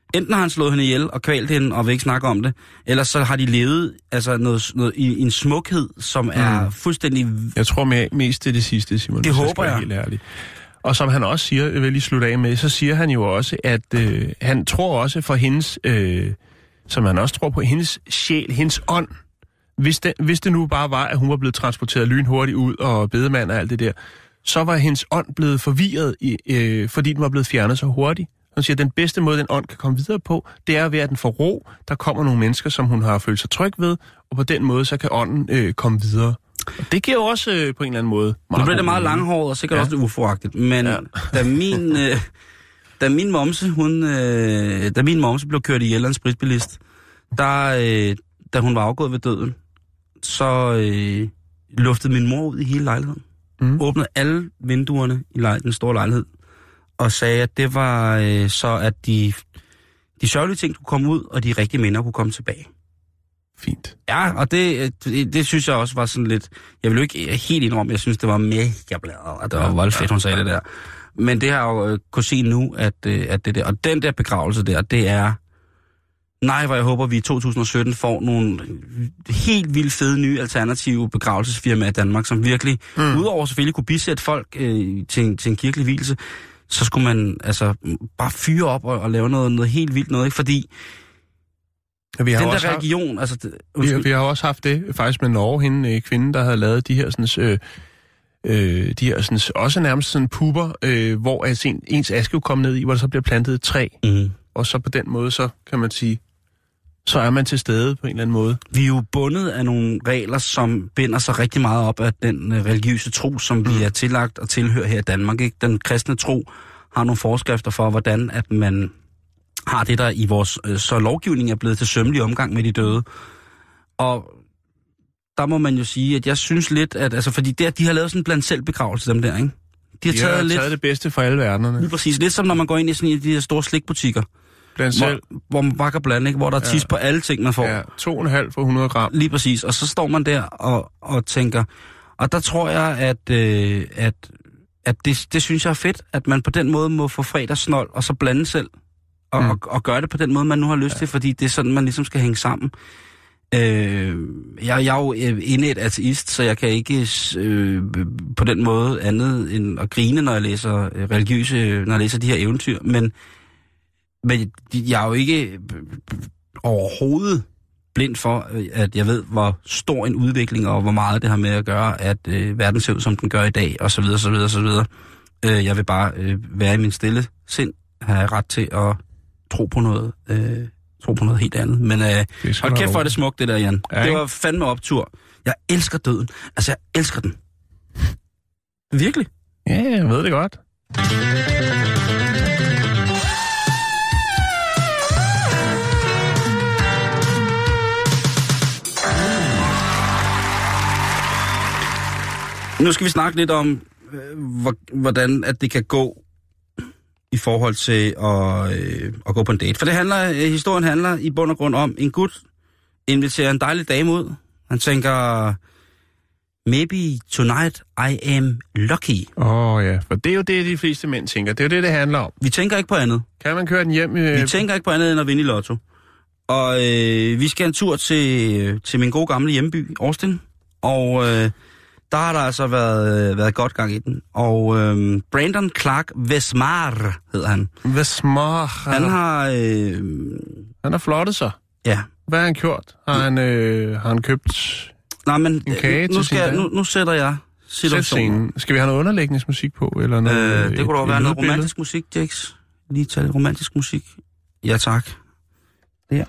Enten har han slået hende ihjel og kvalt hende og vil ikke snakke om det, ellers så har de levet altså noget, noget, i en smukhed, som mm. er fuldstændig... Jeg tror mere, mest det er det sidste, Simon. Det håber jeg. Helt ærligt. Og som han også siger, jeg vil lige slutte af med, så siger han jo også, at øh, han tror også for hendes, øh, som han også tror på, hendes sjæl, hendes ånd, hvis det, hvis det nu bare var, at hun var blevet transporteret lynhurtigt ud og bedemand og alt det der, så var hendes ånd blevet forvirret, i, øh, fordi den var blevet fjernet så hurtigt. Han siger, at den bedste måde, den ånd kan komme videre på, det er ved, at den får ro. Der kommer nogle mennesker, som hun har følt sig tryg ved, og på den måde, så kan ånden øh, komme videre. Og det giver jo også øh, på en eller anden måde meget... Nu bliver det meget langhåret og sikkert ja. også lidt uforagtigt, men ja. da min... Øh, da min momse, hun... Øh, da min momse blev kørt ihjel af en spritbilist, der, øh, da hun var afgået ved døden, så øh, luftede min mor ud i hele lejligheden. Mm. Åbnede alle vinduerne i lej- den store lejlighed, og sagde, at det var øh, så, at de, de sørgelige ting kunne komme ud, og de rigtige minder kunne komme tilbage. Fint. Ja, og det, det, det synes jeg også var sådan lidt... Jeg vil jo ikke helt indrømme, jeg synes, det var mega bladet, og det var voldelig fedt, hun sagde det der. Men det har jeg jo øh, kunne se nu, at, øh, at det der... Og den der begravelse der, det er... Nej, hvor jeg håber, vi i to tusind og sytten får nogle helt vildt fede nye alternative begravelsesfirmaer i Danmark, som virkelig, mm. udover selvfølgelig kunne bisætte folk øh, til, en, til en kirkelig vielse, så skulle man altså bare fyre op og, og lave noget, noget helt vildt noget, ikke? Fordi ja, vi har den der religion... Haft, altså, vi, vi har også haft det faktisk med Norge, hende øh, kvinde, der havde lavet de her sådan... Øh, øh, de her sådan, også nærmest sådan puber, øh, hvor altså, en, ens aske jo kom ned i, hvor der så bliver plantet et træ. Mm. Og så på den måde, så kan man sige, så er man til stede på en eller anden måde. Vi er jo bundet af nogle regler, som binder sig rigtig meget op af den øh, religiøse tro, som mm. vi er tillagt og tilhører her i Danmark. Ikke? Den kristne tro har nogle forskrifter for, hvordan at man har det, der i vores øh, så lovgivning er blevet til sømmelig omgang med de døde. Og der må man jo sige, at jeg synes lidt, at altså, fordi der, de har lavet sådan en blandt selv begravelse, dem der, ikke? De har, de taget, har lidt, taget det bedste fra alle verdenerne. Lige præcis. Lidt som når man går ind i sådan en af de her store slikbutikker. Blandt selv. Hvor, hvor man bare kan blande, ikke? Hvor der er tis ja. på alle ting, man får. Ja, to og en halv for hundrede gram. Lige præcis. Og så står man der og, og tænker... Og der tror jeg, at, øh, at, at det, det synes jeg er fedt, at man på den måde må få fredagssnold og så blande selv. Og, mm. og, og gøre det på den måde, man nu har lyst ja. til, fordi det er sådan, man ligesom skal hænge sammen. Øh, jeg, jeg er jo inde et ateist, så jeg kan ikke øh, på den måde andet end at grine, når jeg læser religiøse, når jeg læser de her eventyr. Men, men jeg er jo ikke overhovedet blind for, at jeg ved, hvor stor en udvikling og hvor meget det har med at gøre, at øh, verden ser ud, som den gør i dag, og så videre, så videre, så videre. Øh, jeg vil bare øh, være i min stille sind, have ret til at tro på noget. Øh, tro på noget helt andet. Men øh, hold kæft, hvor er det smukt, det der, Jan. Ja, det var fandme optur. Jeg elsker døden. Altså, jeg elsker den. Virkelig. Ja, jeg ved det godt. Nu skal vi snakke lidt om, øh, hvordan at det kan gå i forhold til at, øh, at gå på en date. For det handler, historien handler i bund og grund om, en gut inviterer en dejlig dame ud. Han tænker, maybe tonight I am lucky. Åh oh, ja, for det er jo det, de fleste mænd tænker. Det er jo det, det handler om. Vi tænker ikke på andet. Kan man køre den hjem? Øh... Vi tænker ikke på andet end at vinde i lotto. Og øh, vi skal en tur til, til min gode gamle hjemby, Austin. Og... Øh, der har der altså været, været godt gang i den. Og øhm, Brandon Clark Vesmar hedder han. Vesmar. Han har... Øh, han har flottet sig. Ja. Hvad har han gjort? Har han, øh, har han købt Nej, men, en kage nu, til skal, sin nu, nu sætter jeg situationen. Skal vi have noget underlægningsmusik på? Eller noget, øh, det kunne da være noget romantisk musik, Jakes. Lige tage lidt romantisk musik. Ja, tak. Der.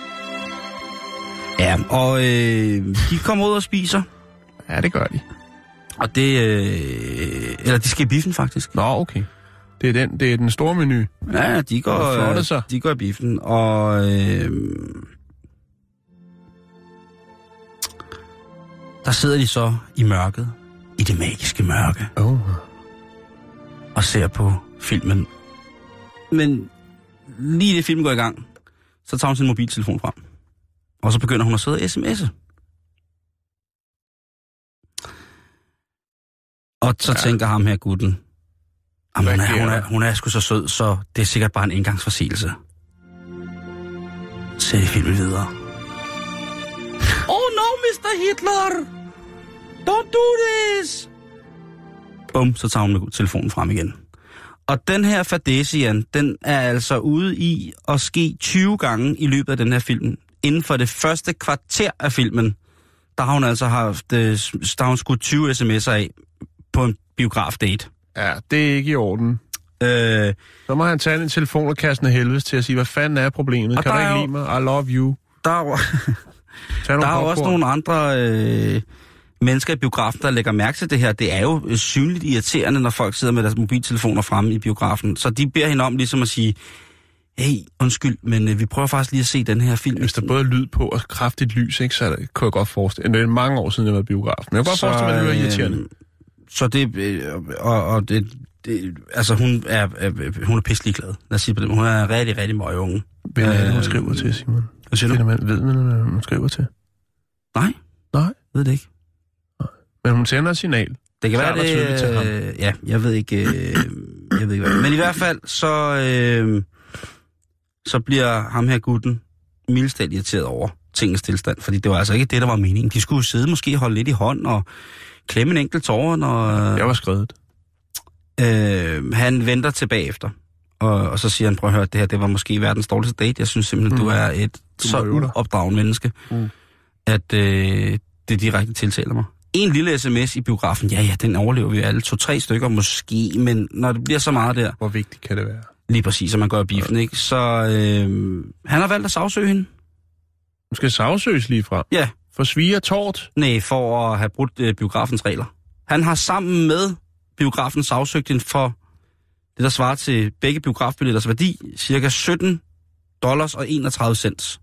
Ja, og øh, de kommer ud og spiser. Ja, det gør de. Og det... Øh, eller de skal i biffen, faktisk. Nå, okay. Det er den, det er den store menu. Ja, de går, øh, de går i biffen, og... Øh, der sidder de så i mørket, i det magiske mørke, oh. og ser på filmen. Men lige det filmen går i gang, så tager hun sin mobiltelefon frem. Og så begynder hun at sidde og sms'e. Og så ja. tænker ham her gutten, hun er, hun, er, hun er sgu så sød, så det er sikkert bare en engangsforseelse. ser de filmen videre. Oh no, mister Hitler! Don't do this! Bum, så tager hun telefonen frem igen. Og den her fadæse, Jan, den er altså ude i at ske tyve gange i løbet af den her film. Inden for det første kvarter af filmen, der har hun altså haft, der har hun skudt tyve sms'er af på en biografdate. Ja, det er ikke i orden. Øh, Så må han tage en telefon og kaste en helvedes til at sige, hvad fanden er problemet? Kan du ikke lide mig? I love you. Der er jo, der er jo også nogle andre øh, mennesker i biografen, der lægger mærke til det her. Det er jo synligt irriterende, når folk sidder med deres mobiltelefoner fremme i biografen. Så de beder hende om ligesom at sige, hey, undskyld, men øh, vi prøver faktisk lige at se den her film. Hvis der både er lyd på og kraftigt lys, ikke, så det, kunne jeg godt forestille. Det er mange år siden, jeg var i biografen. Jeg kan godt forestille mig, at det er irriterende. Øh, så det, øh, og, og det, det, altså hun er, øh, hun er pisselig glad. Lad os sige på det. Hun er rigtig, rigtig møg unge. Hvem er det, hun skriver til, Simon? Hvad siger du? Man, ved man, hvad hun skriver til? Nej. Nej? Ved det ikke. Nej. Men hun sender et signal. Det kan være det, øh, ja, jeg ved ikke, øh, jeg ved ikke hvad. Men i hvert fald, så, øh, så bliver ham her gutten mildestalt irriteret over tingens tilstand, fordi det var altså ikke det, der var meningen. De skulle sidde måske holde lidt i hånd og klemme en enkelt tårer, når... Jeg var skrevet. Øh, han venter tilbage efter, og, og så siger han, prøv at høre, det her, det var måske verdens dårligste date. Jeg synes simpelthen, mm. du er et du så uopdragende menneske, mm. at øh, det direkte tiltaler mig. En lille sms i biografen, ja, ja, den overlever vi alle. To-tre stykker måske, men når det bliver så meget der... Hvor vigtigt kan det være? Lige præcis, som man gør i biffen, ja. Ikke? Så øh, han har valgt at sagsøge hende. Hun skal sagsøges lige fra? Ja. For svig og tort? Nej, for at have brudt øh, biografens regler. Han har sammen med biografen sagsøgt hende for det, der svarer til begge biografbilletters værdi, cirka sytten dollars og enogtredive cents.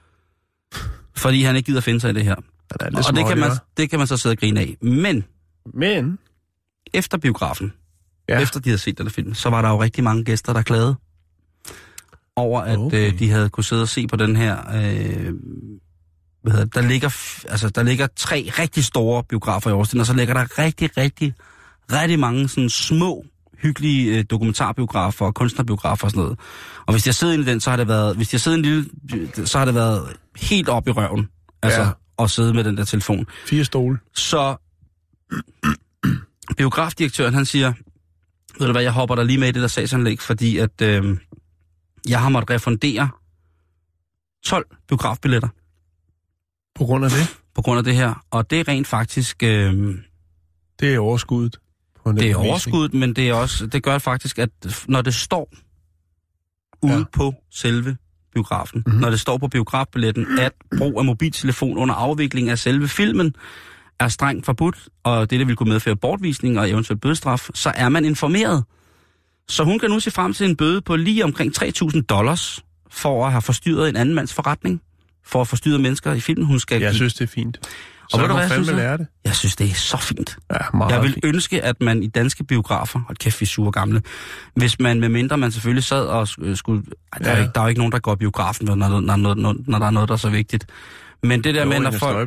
Fordi han ikke gider finde sig i det her. Ja, det og det kan, man, det kan man så sidde og grine af. Men, Men? efter biografen, ja. efter de havde set den film, så var der jo rigtig mange gæster, der klagede over, at okay. øh, de havde kunne sidde og se på den her... Øh, hvad hedder det, der ligger, altså, der ligger tre rigtig store biografer i Austin, og så ligger der rigtig, rigtig, rigtig mange sådan små, hyggelige øh, dokumentarbiografer og kunstnerbiografer og sådan noget. Og hvis jeg sidder inde i den, så har det været, hvis jeg sidder en lille, så har det været helt op i røven, altså, ja. At sidde med den der telefon. Fire stole. Så biografdirektøren, han siger, ved du hvad, jeg hopper der lige med i det der sagsanlæg, fordi at øh, jeg har måttet refundere tolv biografbilletter. På grund af det? På grund af det her. Og det er rent faktisk... Øh, det er overskuddet. På det er overskuddet, men det er også det gør faktisk, at når det står ude ja. På selve biografen, mm-hmm. når det står på biografbilletten, at brug af mobiltelefon under afvikling af selve filmen er strengt forbudt, og det, der vil kunne medføre bortvisning og eventuelt bødestraf, så er man informeret. Så hun kan nu se frem til en bøde på lige omkring tre tusind dollars for at have forstyrret en anden mands forretning. For at forstyrre mennesker i filmen. Hun skal jeg give... synes, det er fint. Så og ved du, hvad jeg synes? Lære det. Jeg synes, det er så fint. Ja, meget jeg vil fint. ønske, at man i danske biografer, hold kæft, vi er sure gamle, hvis man, med mindre man selvfølgelig sad og skulle... Ej, der, ja. er ikke, der er jo ikke nogen, der går i biografen, når, når, når, når, når der er noget, der er så vigtigt. Men det der jo, med, når folk...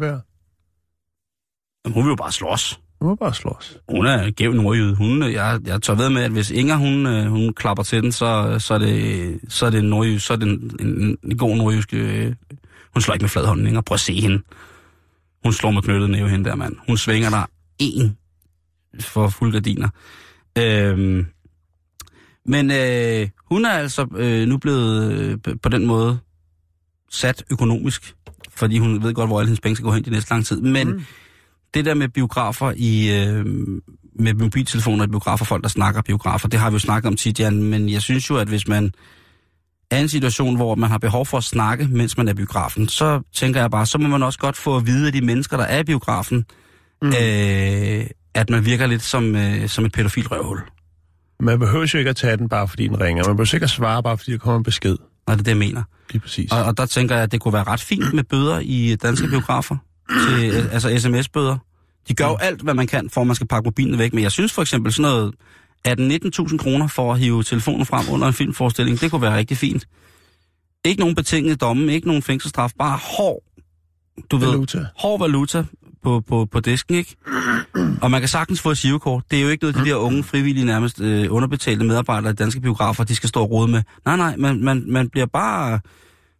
Jamen, hun vil jo bare slås. Hun vil bare slås. Hun er gæv nordjyde. Hun, jeg, jeg tør ved med, at hvis Inger, hun, hun klapper til den, så, så er det, så er det en nordjyde, så er det en, en, en god nordjyske... Hun slår ikke med flad hånd, ikke? Prøv at se hende. Hun slår med knyttet næve hende der, mand. Hun svinger der en for fuld gardiner. Øhm, men øh, hun er altså øh, nu blevet øh, på den måde sat økonomisk, fordi hun ved godt, hvor alle hendes penge skal gå hen de næste lang tid. Men mm. det der med biografer i... Øh, med mobiltelefoner i biografer, folk der snakker biografer, det har vi jo snakket om tit, Jan, men jeg synes jo, at hvis man er en situation, hvor man har behov for at snakke, mens man er i biografen, så tænker jeg bare, så må man også godt få at vide af de mennesker, der er i biografen, mm. øh, at man virker lidt som, øh, som et pædofil røvhul. Man behøver jo ikke at tage den, bare fordi den ringer. Man behøver ikke at svare, bare fordi der kommer en besked. Nej, det er det, jeg mener. Lige præcis. Og, og der tænker jeg, at det kunne være ret fint med bøder i danske biografer. Til, altså sms-bøder. De gør jo alt, hvad man kan, for at man skal pakke mobilen væk. Men jeg synes for eksempel sådan noget atten nitten tusind kroner for at hive telefonen frem under en filmforestilling, det kunne være rigtig fint. Ikke nogen betingede domme, ikke nogen fængselsstraf, bare hård, du valuta. ved, hård valuta på, på, på disken, ikke? Og man kan sagtens få et girokort. Det er jo ikke noget, de der unge, frivillige, nærmest øh, underbetalte medarbejdere i danske biografer, de skal stå og rode med. Nej, nej, man, man, man bliver bare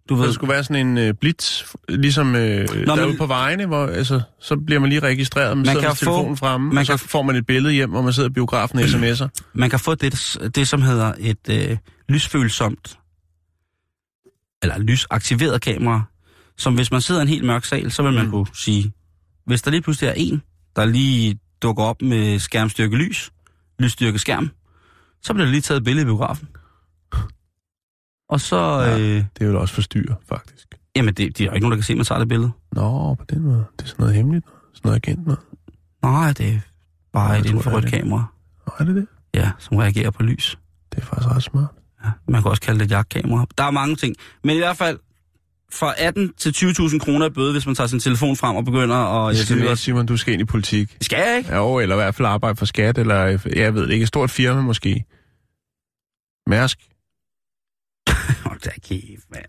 Du ved, der skulle være sådan en øh, blitz, ligesom øh, Nå, derude men, på vejene, hvor altså, så bliver man lige registreret, man, man sidder med telefonen fremme, man og så kan, får man et billede hjem, hvor man sidder i biografen og sms'er. Man kan få det, det som hedder et øh, lysfølsomt, eller lysaktiveret kamera, som hvis man sidder i en helt mørk sal, så vil man mm. kunne sige, hvis der lige pludselig er en, der lige dukker op med skærmstyrke lys, lysstyrke skærm, så bliver der lige taget et billede i biografen. Og så... Ja, øh, det er jo også forstyrre, faktisk. Jamen, det, det er jo ikke nogen, der kan se, at man tager det billede. Nå, på den måde. Det er sådan noget hemmeligt, sådan noget agent noget. Nej, det er bare et infrarødt kamera. Nå, er det det? Ja, som reagerer på lys. Det er faktisk ret smart. Ja, man kan også kalde det et jagtkamera. Der er mange ting. Men i hvert fald, fra atten til tyve tusind kroner bøde, hvis man tager sin telefon frem og begynder at... Skal du også, Simon, du skal ind i politik? Skal jeg ikke? Jo, eller i hvert fald arbejde for skat, eller jeg ved det ikke, et stort firma måske. Mærsk. Hold da kæft, mand.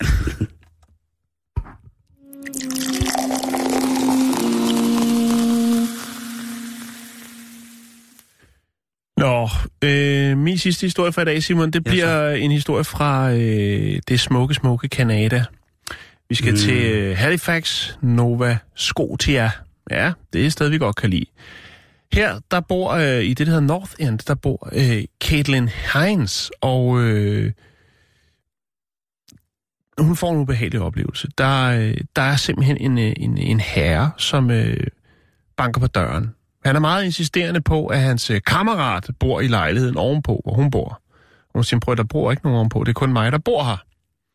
Nå, øh, min sidste historie for i dag, Simon, det bliver ja, en historie fra øh, det smukke, smukke Canada. Vi skal mm. til øh, Halifax, Nova Scotia. Ja, det er et sted, vi godt kan lide. Her, der bor, øh, i det, der hedder North End, der bor øh, Caitlin Hines, og øh, hun får en ubehagelig oplevelse. Der, øh, der er simpelthen en, en, en herre, som øh, banker på døren. Han er meget insisterende på, at hans øh, kammerat bor i lejligheden ovenpå, hvor hun bor. Og hun siger, prøv, der bor ikke nogen ovenpå, det er kun mig, der bor her.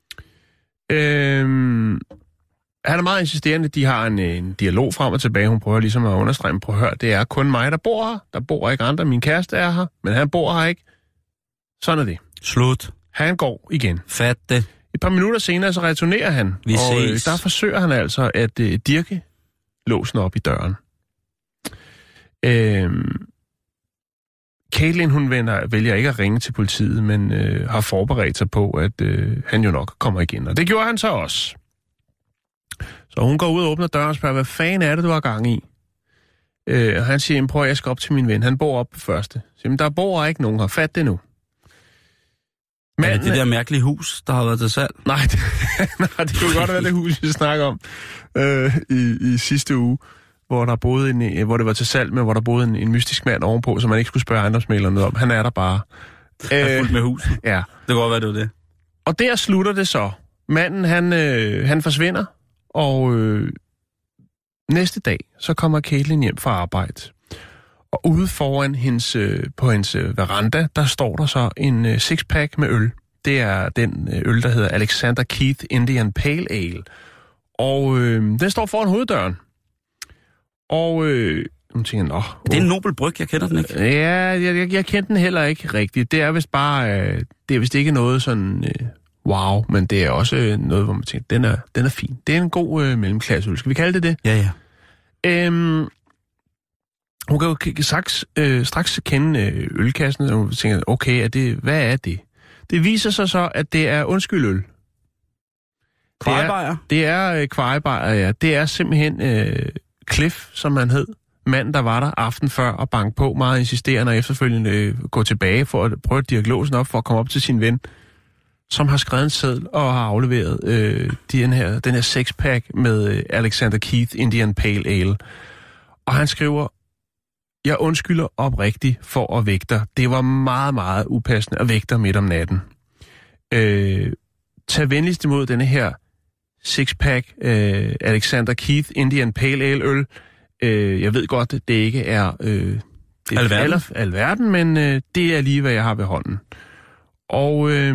Øhm, han er meget insisterende, de har en, en dialog frem og tilbage, hun prøver ligesom at understrege, prøv at høre, det er kun mig, der bor her, der bor ikke andre, min kæreste er her, men han bor her ikke. Sådan er det. Slut. Han går igen. Fat det. Et par minutter senere, så returnerer han, Vi og øh, ses. der forsøger han altså at øh, dirke låsen op i døren. Øhm, Caitlin, hun vender, vælger ikke at ringe til politiet, men øh, har forberedt sig på, at øh, han jo nok kommer igen. Og det gjorde han så også. Så hun går ud og åbner døren og spørger, hvad fanden er det, du har gang i? Øh, og han siger, prøv at jeg skal op til min ven. Han bor op på første. Så, jamen, der bor ikke nogen her. Fat det nu. Men, er det det der mærkelige hus, der har været til salg? Nej, det, nej, det kunne godt være det hus, vi snakker om øh, i, i sidste uge. Hvor der boede en, hvor det var til salg, men hvor der boede en, en mystisk mand ovenpå, som man ikke skulle spørge ejendomsmægleren noget om. Han er der bare. Er fuldt med hus. Ja. Det kan godt være, det var det. Og der slutter det så. Manden, han, øh, han forsvinder, og øh, næste dag, så kommer Caitlin hjem fra arbejde. Og ude foran hendes, øh, på hendes øh, veranda, der står der så en øh, sixpack med øl. Det er den øh, øl, der hedder Alexander Keith Indian Pale Ale. Og øh, den står foran hoveddøren. Og øh, hun tænker, åh... Det er en nobel bryg, jeg kender den ikke. Ja, jeg, jeg, jeg kender den heller ikke rigtigt. Det er vist bare... Øh, det er vist ikke noget sådan... Øh, wow, men det er også øh, noget, hvor man tænker, den er, den er fin. Det er en god øh, mellemklasseøl. Skal vi kalde det det? Ja, ja. Øhm, hun kan jo straks, øh, straks kende øh, ølkassen, og hun tænker, okay, er det, hvad er det? Det viser sig så, at det er undskyldøl. Kvejebajer? Det er, det er øh, kvejebajer, ja. Det er simpelthen... Øh, Cliff, som han hed, manden, der var der aften før og banke på, meget insisterende og efterfølgende øh, gå tilbage for at prøve at dirke låsen op for at komme op til sin ven, som har skrevet en seddel og har afleveret øh, den her, den her sexpack med øh, Alexander Keith Indian Pale Ale. Og han skriver, jeg undskylder oprigtigt for at vække dig. Det var meget, meget upassende at vække dig midt om natten. Øh, tag venligst imod denne her sixpack øh, Alexander Keith Indian Pale Ale øl. Øh, jeg ved godt, at det ikke er øh, det alverden. Al- alverden, men øh, det er lige, hvad jeg har ved hånden. Og øh,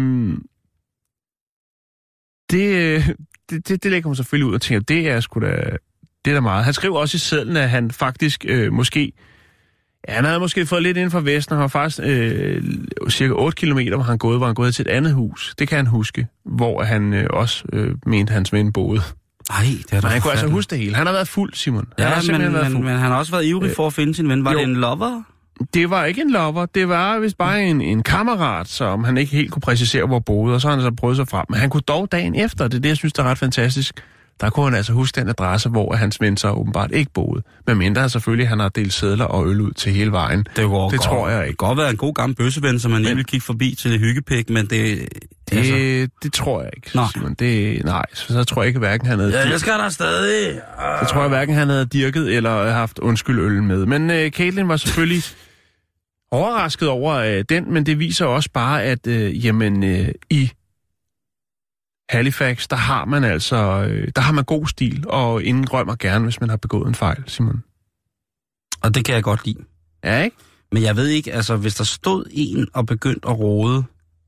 det, det, det, det lægger man selvfølgelig ud og tænker, det er sgu da, det er da meget. Han skriver også i sedlen, at han faktisk øh, måske, ja, han havde måske fået lidt inden for Vesten, og har faktisk øh, cirka otte kilometer, hvor han gået, hvor han gået til et andet hus. Det kan han huske, hvor han øh, også øh, mente, hans ven boede. Nej, det er da. Men han kunne altså huske det hele. Han har været fuld, Simon. Han Ja, har men, været men, fuld. men han har også været ivrig for at finde sin ven. Var jo. det en lover? Det var ikke en lover. Det var vist bare en, en kammerat, som han ikke helt kunne præcisere, hvor boede, og så har han så prøvet sig frem. Men han kunne dog dagen efter, det er det, jeg synes, der er ret fantastisk, der kunne han altså huske den adresse, hvor hans ven så åbenbart ikke boede. Men mindre selvfølgelig, han har delt sedler og øl ud til hele vejen. Det, går det godt, tror jeg ikke. Det kan godt være en god gammel bøsseven, som man lige vil kigge forbi til det hyggepæk, men det... Det, altså... det tror jeg ikke, Nå. Simon. Det, nej, så, så tror jeg ikke, hverken han havde... Ja, jeg skal der stadig. Så tror jeg hverken, han havde dirket eller haft undskyld øl med. Men øh, Caitlin var selvfølgelig overrasket over øh, den, men det viser også bare, at øh, jamen, øh, i Halifax, der har man altså øh, der har man god stil, og indrømmer gerne, hvis man har begået en fejl, Simon. Og det kan jeg godt lide. Ja, ikke? Men jeg ved ikke, altså hvis der stod en og begyndte at rode,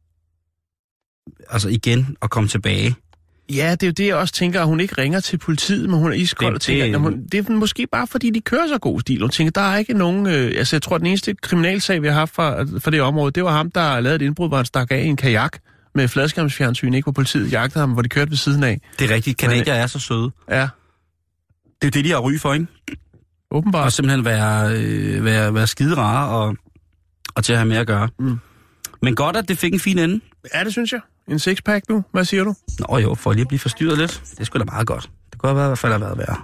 altså igen og komme tilbage. Ja, det er jo det, jeg også tænker, at hun ikke ringer til politiet, men hun er iskold og tænker, det, hun, det er måske bare fordi, de kører så god stil. Hun tænker, der er ikke nogen... Øh, altså, jeg tror, at den eneste kriminalsag, vi har haft for, for det område, det var ham, der lavede et indbrud, hvor han stak af i en kajak med fladskærmsfjernsyn, ikke, hvor politiet jagtede ham, hvor de kørte ved siden af. Det er rigtigt. Canadier er så søde. Ja. Det er det, de har ry for, ikke? Åbenbart. Og simpelthen være, øh, være, være skide rare og, og til at have mere at gøre. Mm. Men godt, at det fik en fin ende. Ja, det synes jeg. En sixpack nu. Hvad siger du? Nå jo, for lige at blive forstyrret lidt. Det skulle da meget godt. Det kunne have været, i hvert fald have været værre.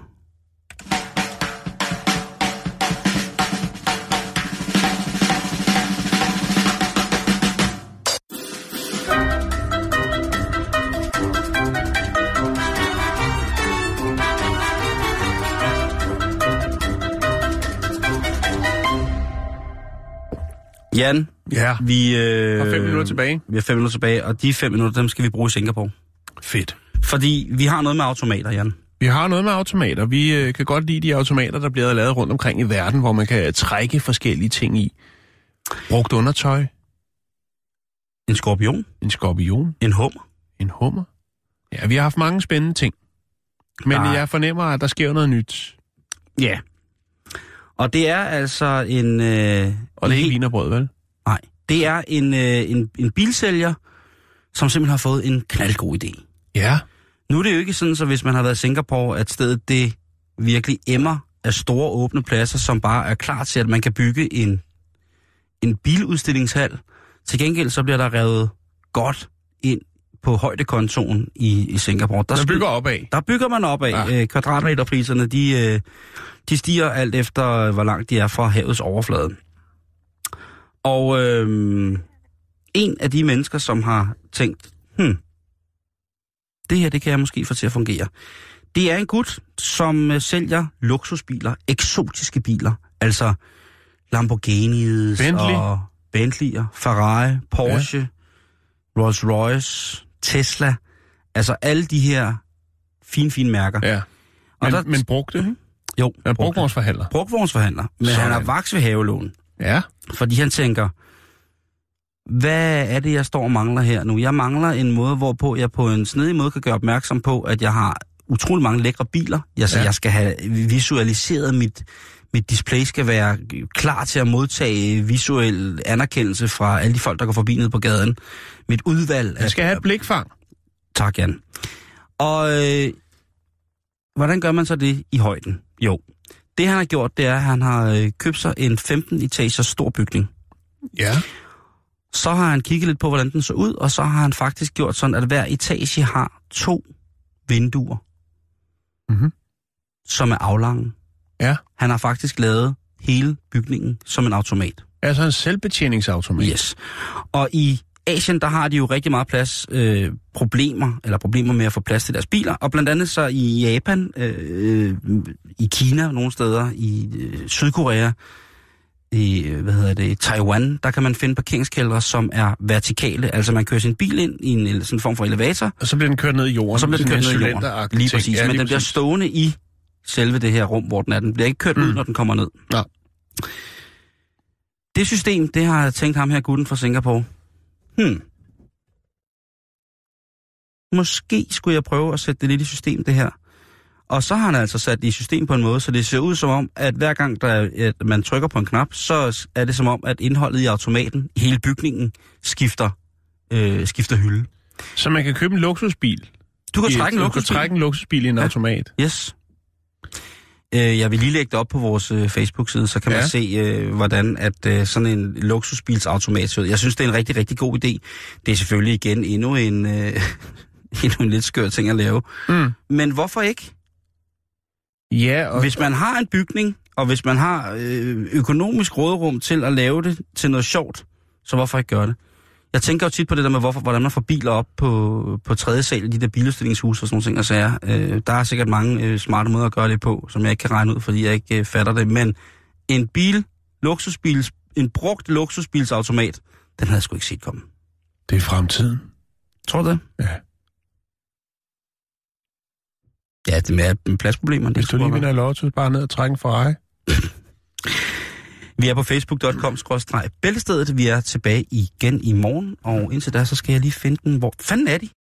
Jan, ja. vi øh, har fem minutter tilbage. Vi har fem minutter tilbage, og de fem minutter, dem skal vi bruge i Singapore. Fedt. Fordi vi har noget med automater, Jan. Vi har noget med automater. Vi øh, kan godt lide de automater, der bliver lavet rundt omkring i verden, hvor man kan trække forskellige ting i. Brugt undertøj. En skorpion. En skorpion. En hummer. En hummer. Ja, vi har haft mange spændende ting. Men Nej. jeg fornemmer, at der sker noget nyt. Ja. Og det er altså en... Øh, og det er ikke en, wienerbrød, vel? Nej. Det er en, øh, en, en bilsælger, som simpelthen har fået en knaldgod idé. Ja. Nu er det jo ikke sådan, så hvis man har været i Singapore, at stedet det virkelig emmer af store åbne pladser, som bare er klar til, at man kan bygge en, en biludstillingshal. Til gengæld så bliver der revet godt ind på højdekontoen i, i Singapore. Der, der bygger opad. Der bygger man opad. Ja. Øh, kvadratmeterpriserne, de, øh, de stiger alt efter, hvor langt de er fra havets overflade. Og øh, en af de mennesker, som har tænkt, hmm, det her, det kan jeg måske få til at fungere. Det er en gut, som øh, sælger luksusbiler, eksotiske biler. Altså Lamborghinis Bentley. og Bentley'er, Ferrari, Porsche, ja. Rolls-Royce, Tesla. Altså alle de her fine, fine mærker. Ja. Men, der, men brugte? Mm-hmm. Jo. Ja, brugvognsforhandler. Brugvognsforhandler. Men sådan. Han har vaks ved havelån. Ja. Fordi han tænker, hvad er det, jeg står og mangler her nu? Jeg mangler en måde, hvorpå jeg på en snedig måde kan gøre opmærksom på, at jeg har utrolig mange lækre biler. Jeg, så ja. jeg skal have visualiseret mit... Mit display skal være klar til at modtage visuel anerkendelse fra alle de folk, der går forbi ned på gaden. Mit udvalg... Jeg skal at, have et blikfang. Tak, Jan. Og øh, hvordan gør man så det i højden? Jo, det han har gjort, det er, at han har øh, købt sig en femten etagers stor bygning. Ja. Så har han kigget lidt på, hvordan den så ud, og så har han faktisk gjort sådan, at hver etage har to vinduer, mm-hmm. som er aflange. Ja. Han har faktisk lavet hele bygningen som en automat. Altså en selvbetjeningsautomat? Yes. Og i Asien, der har de jo rigtig meget plads, øh, problemer, eller problemer med at få plads til deres biler. Og blandt andet så i Japan, øh, i Kina, nogle steder, i øh, Sydkorea, i, hvad hedder det, Taiwan, der kan man finde parkeringskældre, som er vertikale. Altså man kører sin bil ind i en sådan form for elevator. Og så bliver den kørt ned i jorden. Og så bliver den kørt ned i jorden. Lige præcis, ja, men den bliver stående i selve det her rum, hvor den er. Den bliver ikke kørt mm. ud, når den kommer ned. Ja. Det system, det har jeg tænkt ham her, gutten fra Singapore. Hmm. Måske skulle jeg prøve at sætte det lidt i system, det her. Og så har han altså sat det i system på en måde, så det ser ud som om, at hver gang der, at man trykker på en knap, så er det som om, at indholdet i automaten, i hele bygningen, skifter, øh, skifter hylde. Så man kan købe en luksusbil? Du kan I, trække en luksusbil. Du kan trække en luksusbil i en ja. automat? Yes. Øh, jeg vil lige lægge det op på vores øh, Facebook-side, så kan ja. man se, øh, hvordan at øh, sådan en luksusbilsautomat ser ud. Jeg synes, det er en rigtig, rigtig god idé. Det er selvfølgelig igen endnu en... Øh, endnu en lidt skør ting at lave. Mm. Men hvorfor ikke? Ja, og... Hvis man har en bygning, og hvis man har øh, økonomisk råderum til at lave det til noget sjovt, så hvorfor ikke gøre det? Jeg tænker jo tit på det der med, hvorfor, hvordan man får biler op på, på tredje sal i de der biludstillingshuse og sådan nogle ting og sager. Øh, der er sikkert mange øh, smarte måder at gøre det på, som jeg ikke kan regne ud, fordi jeg ikke øh, fatter det. Men en bil, luksusbil, en brugt luksusbilsautomat, den havde jeg sgu ikke set komme. Det er fremtiden. Tror du det? Ja. Ja, det med pladsproblemer. Hvis du lige vinder i lotto, bare ned og trække en Ferrari. Vi er på facebook punktum com skråstreg bæltestedet. Vi er tilbage igen i morgen, og indtil da, så skal jeg lige finde den. Hvor fanden er de?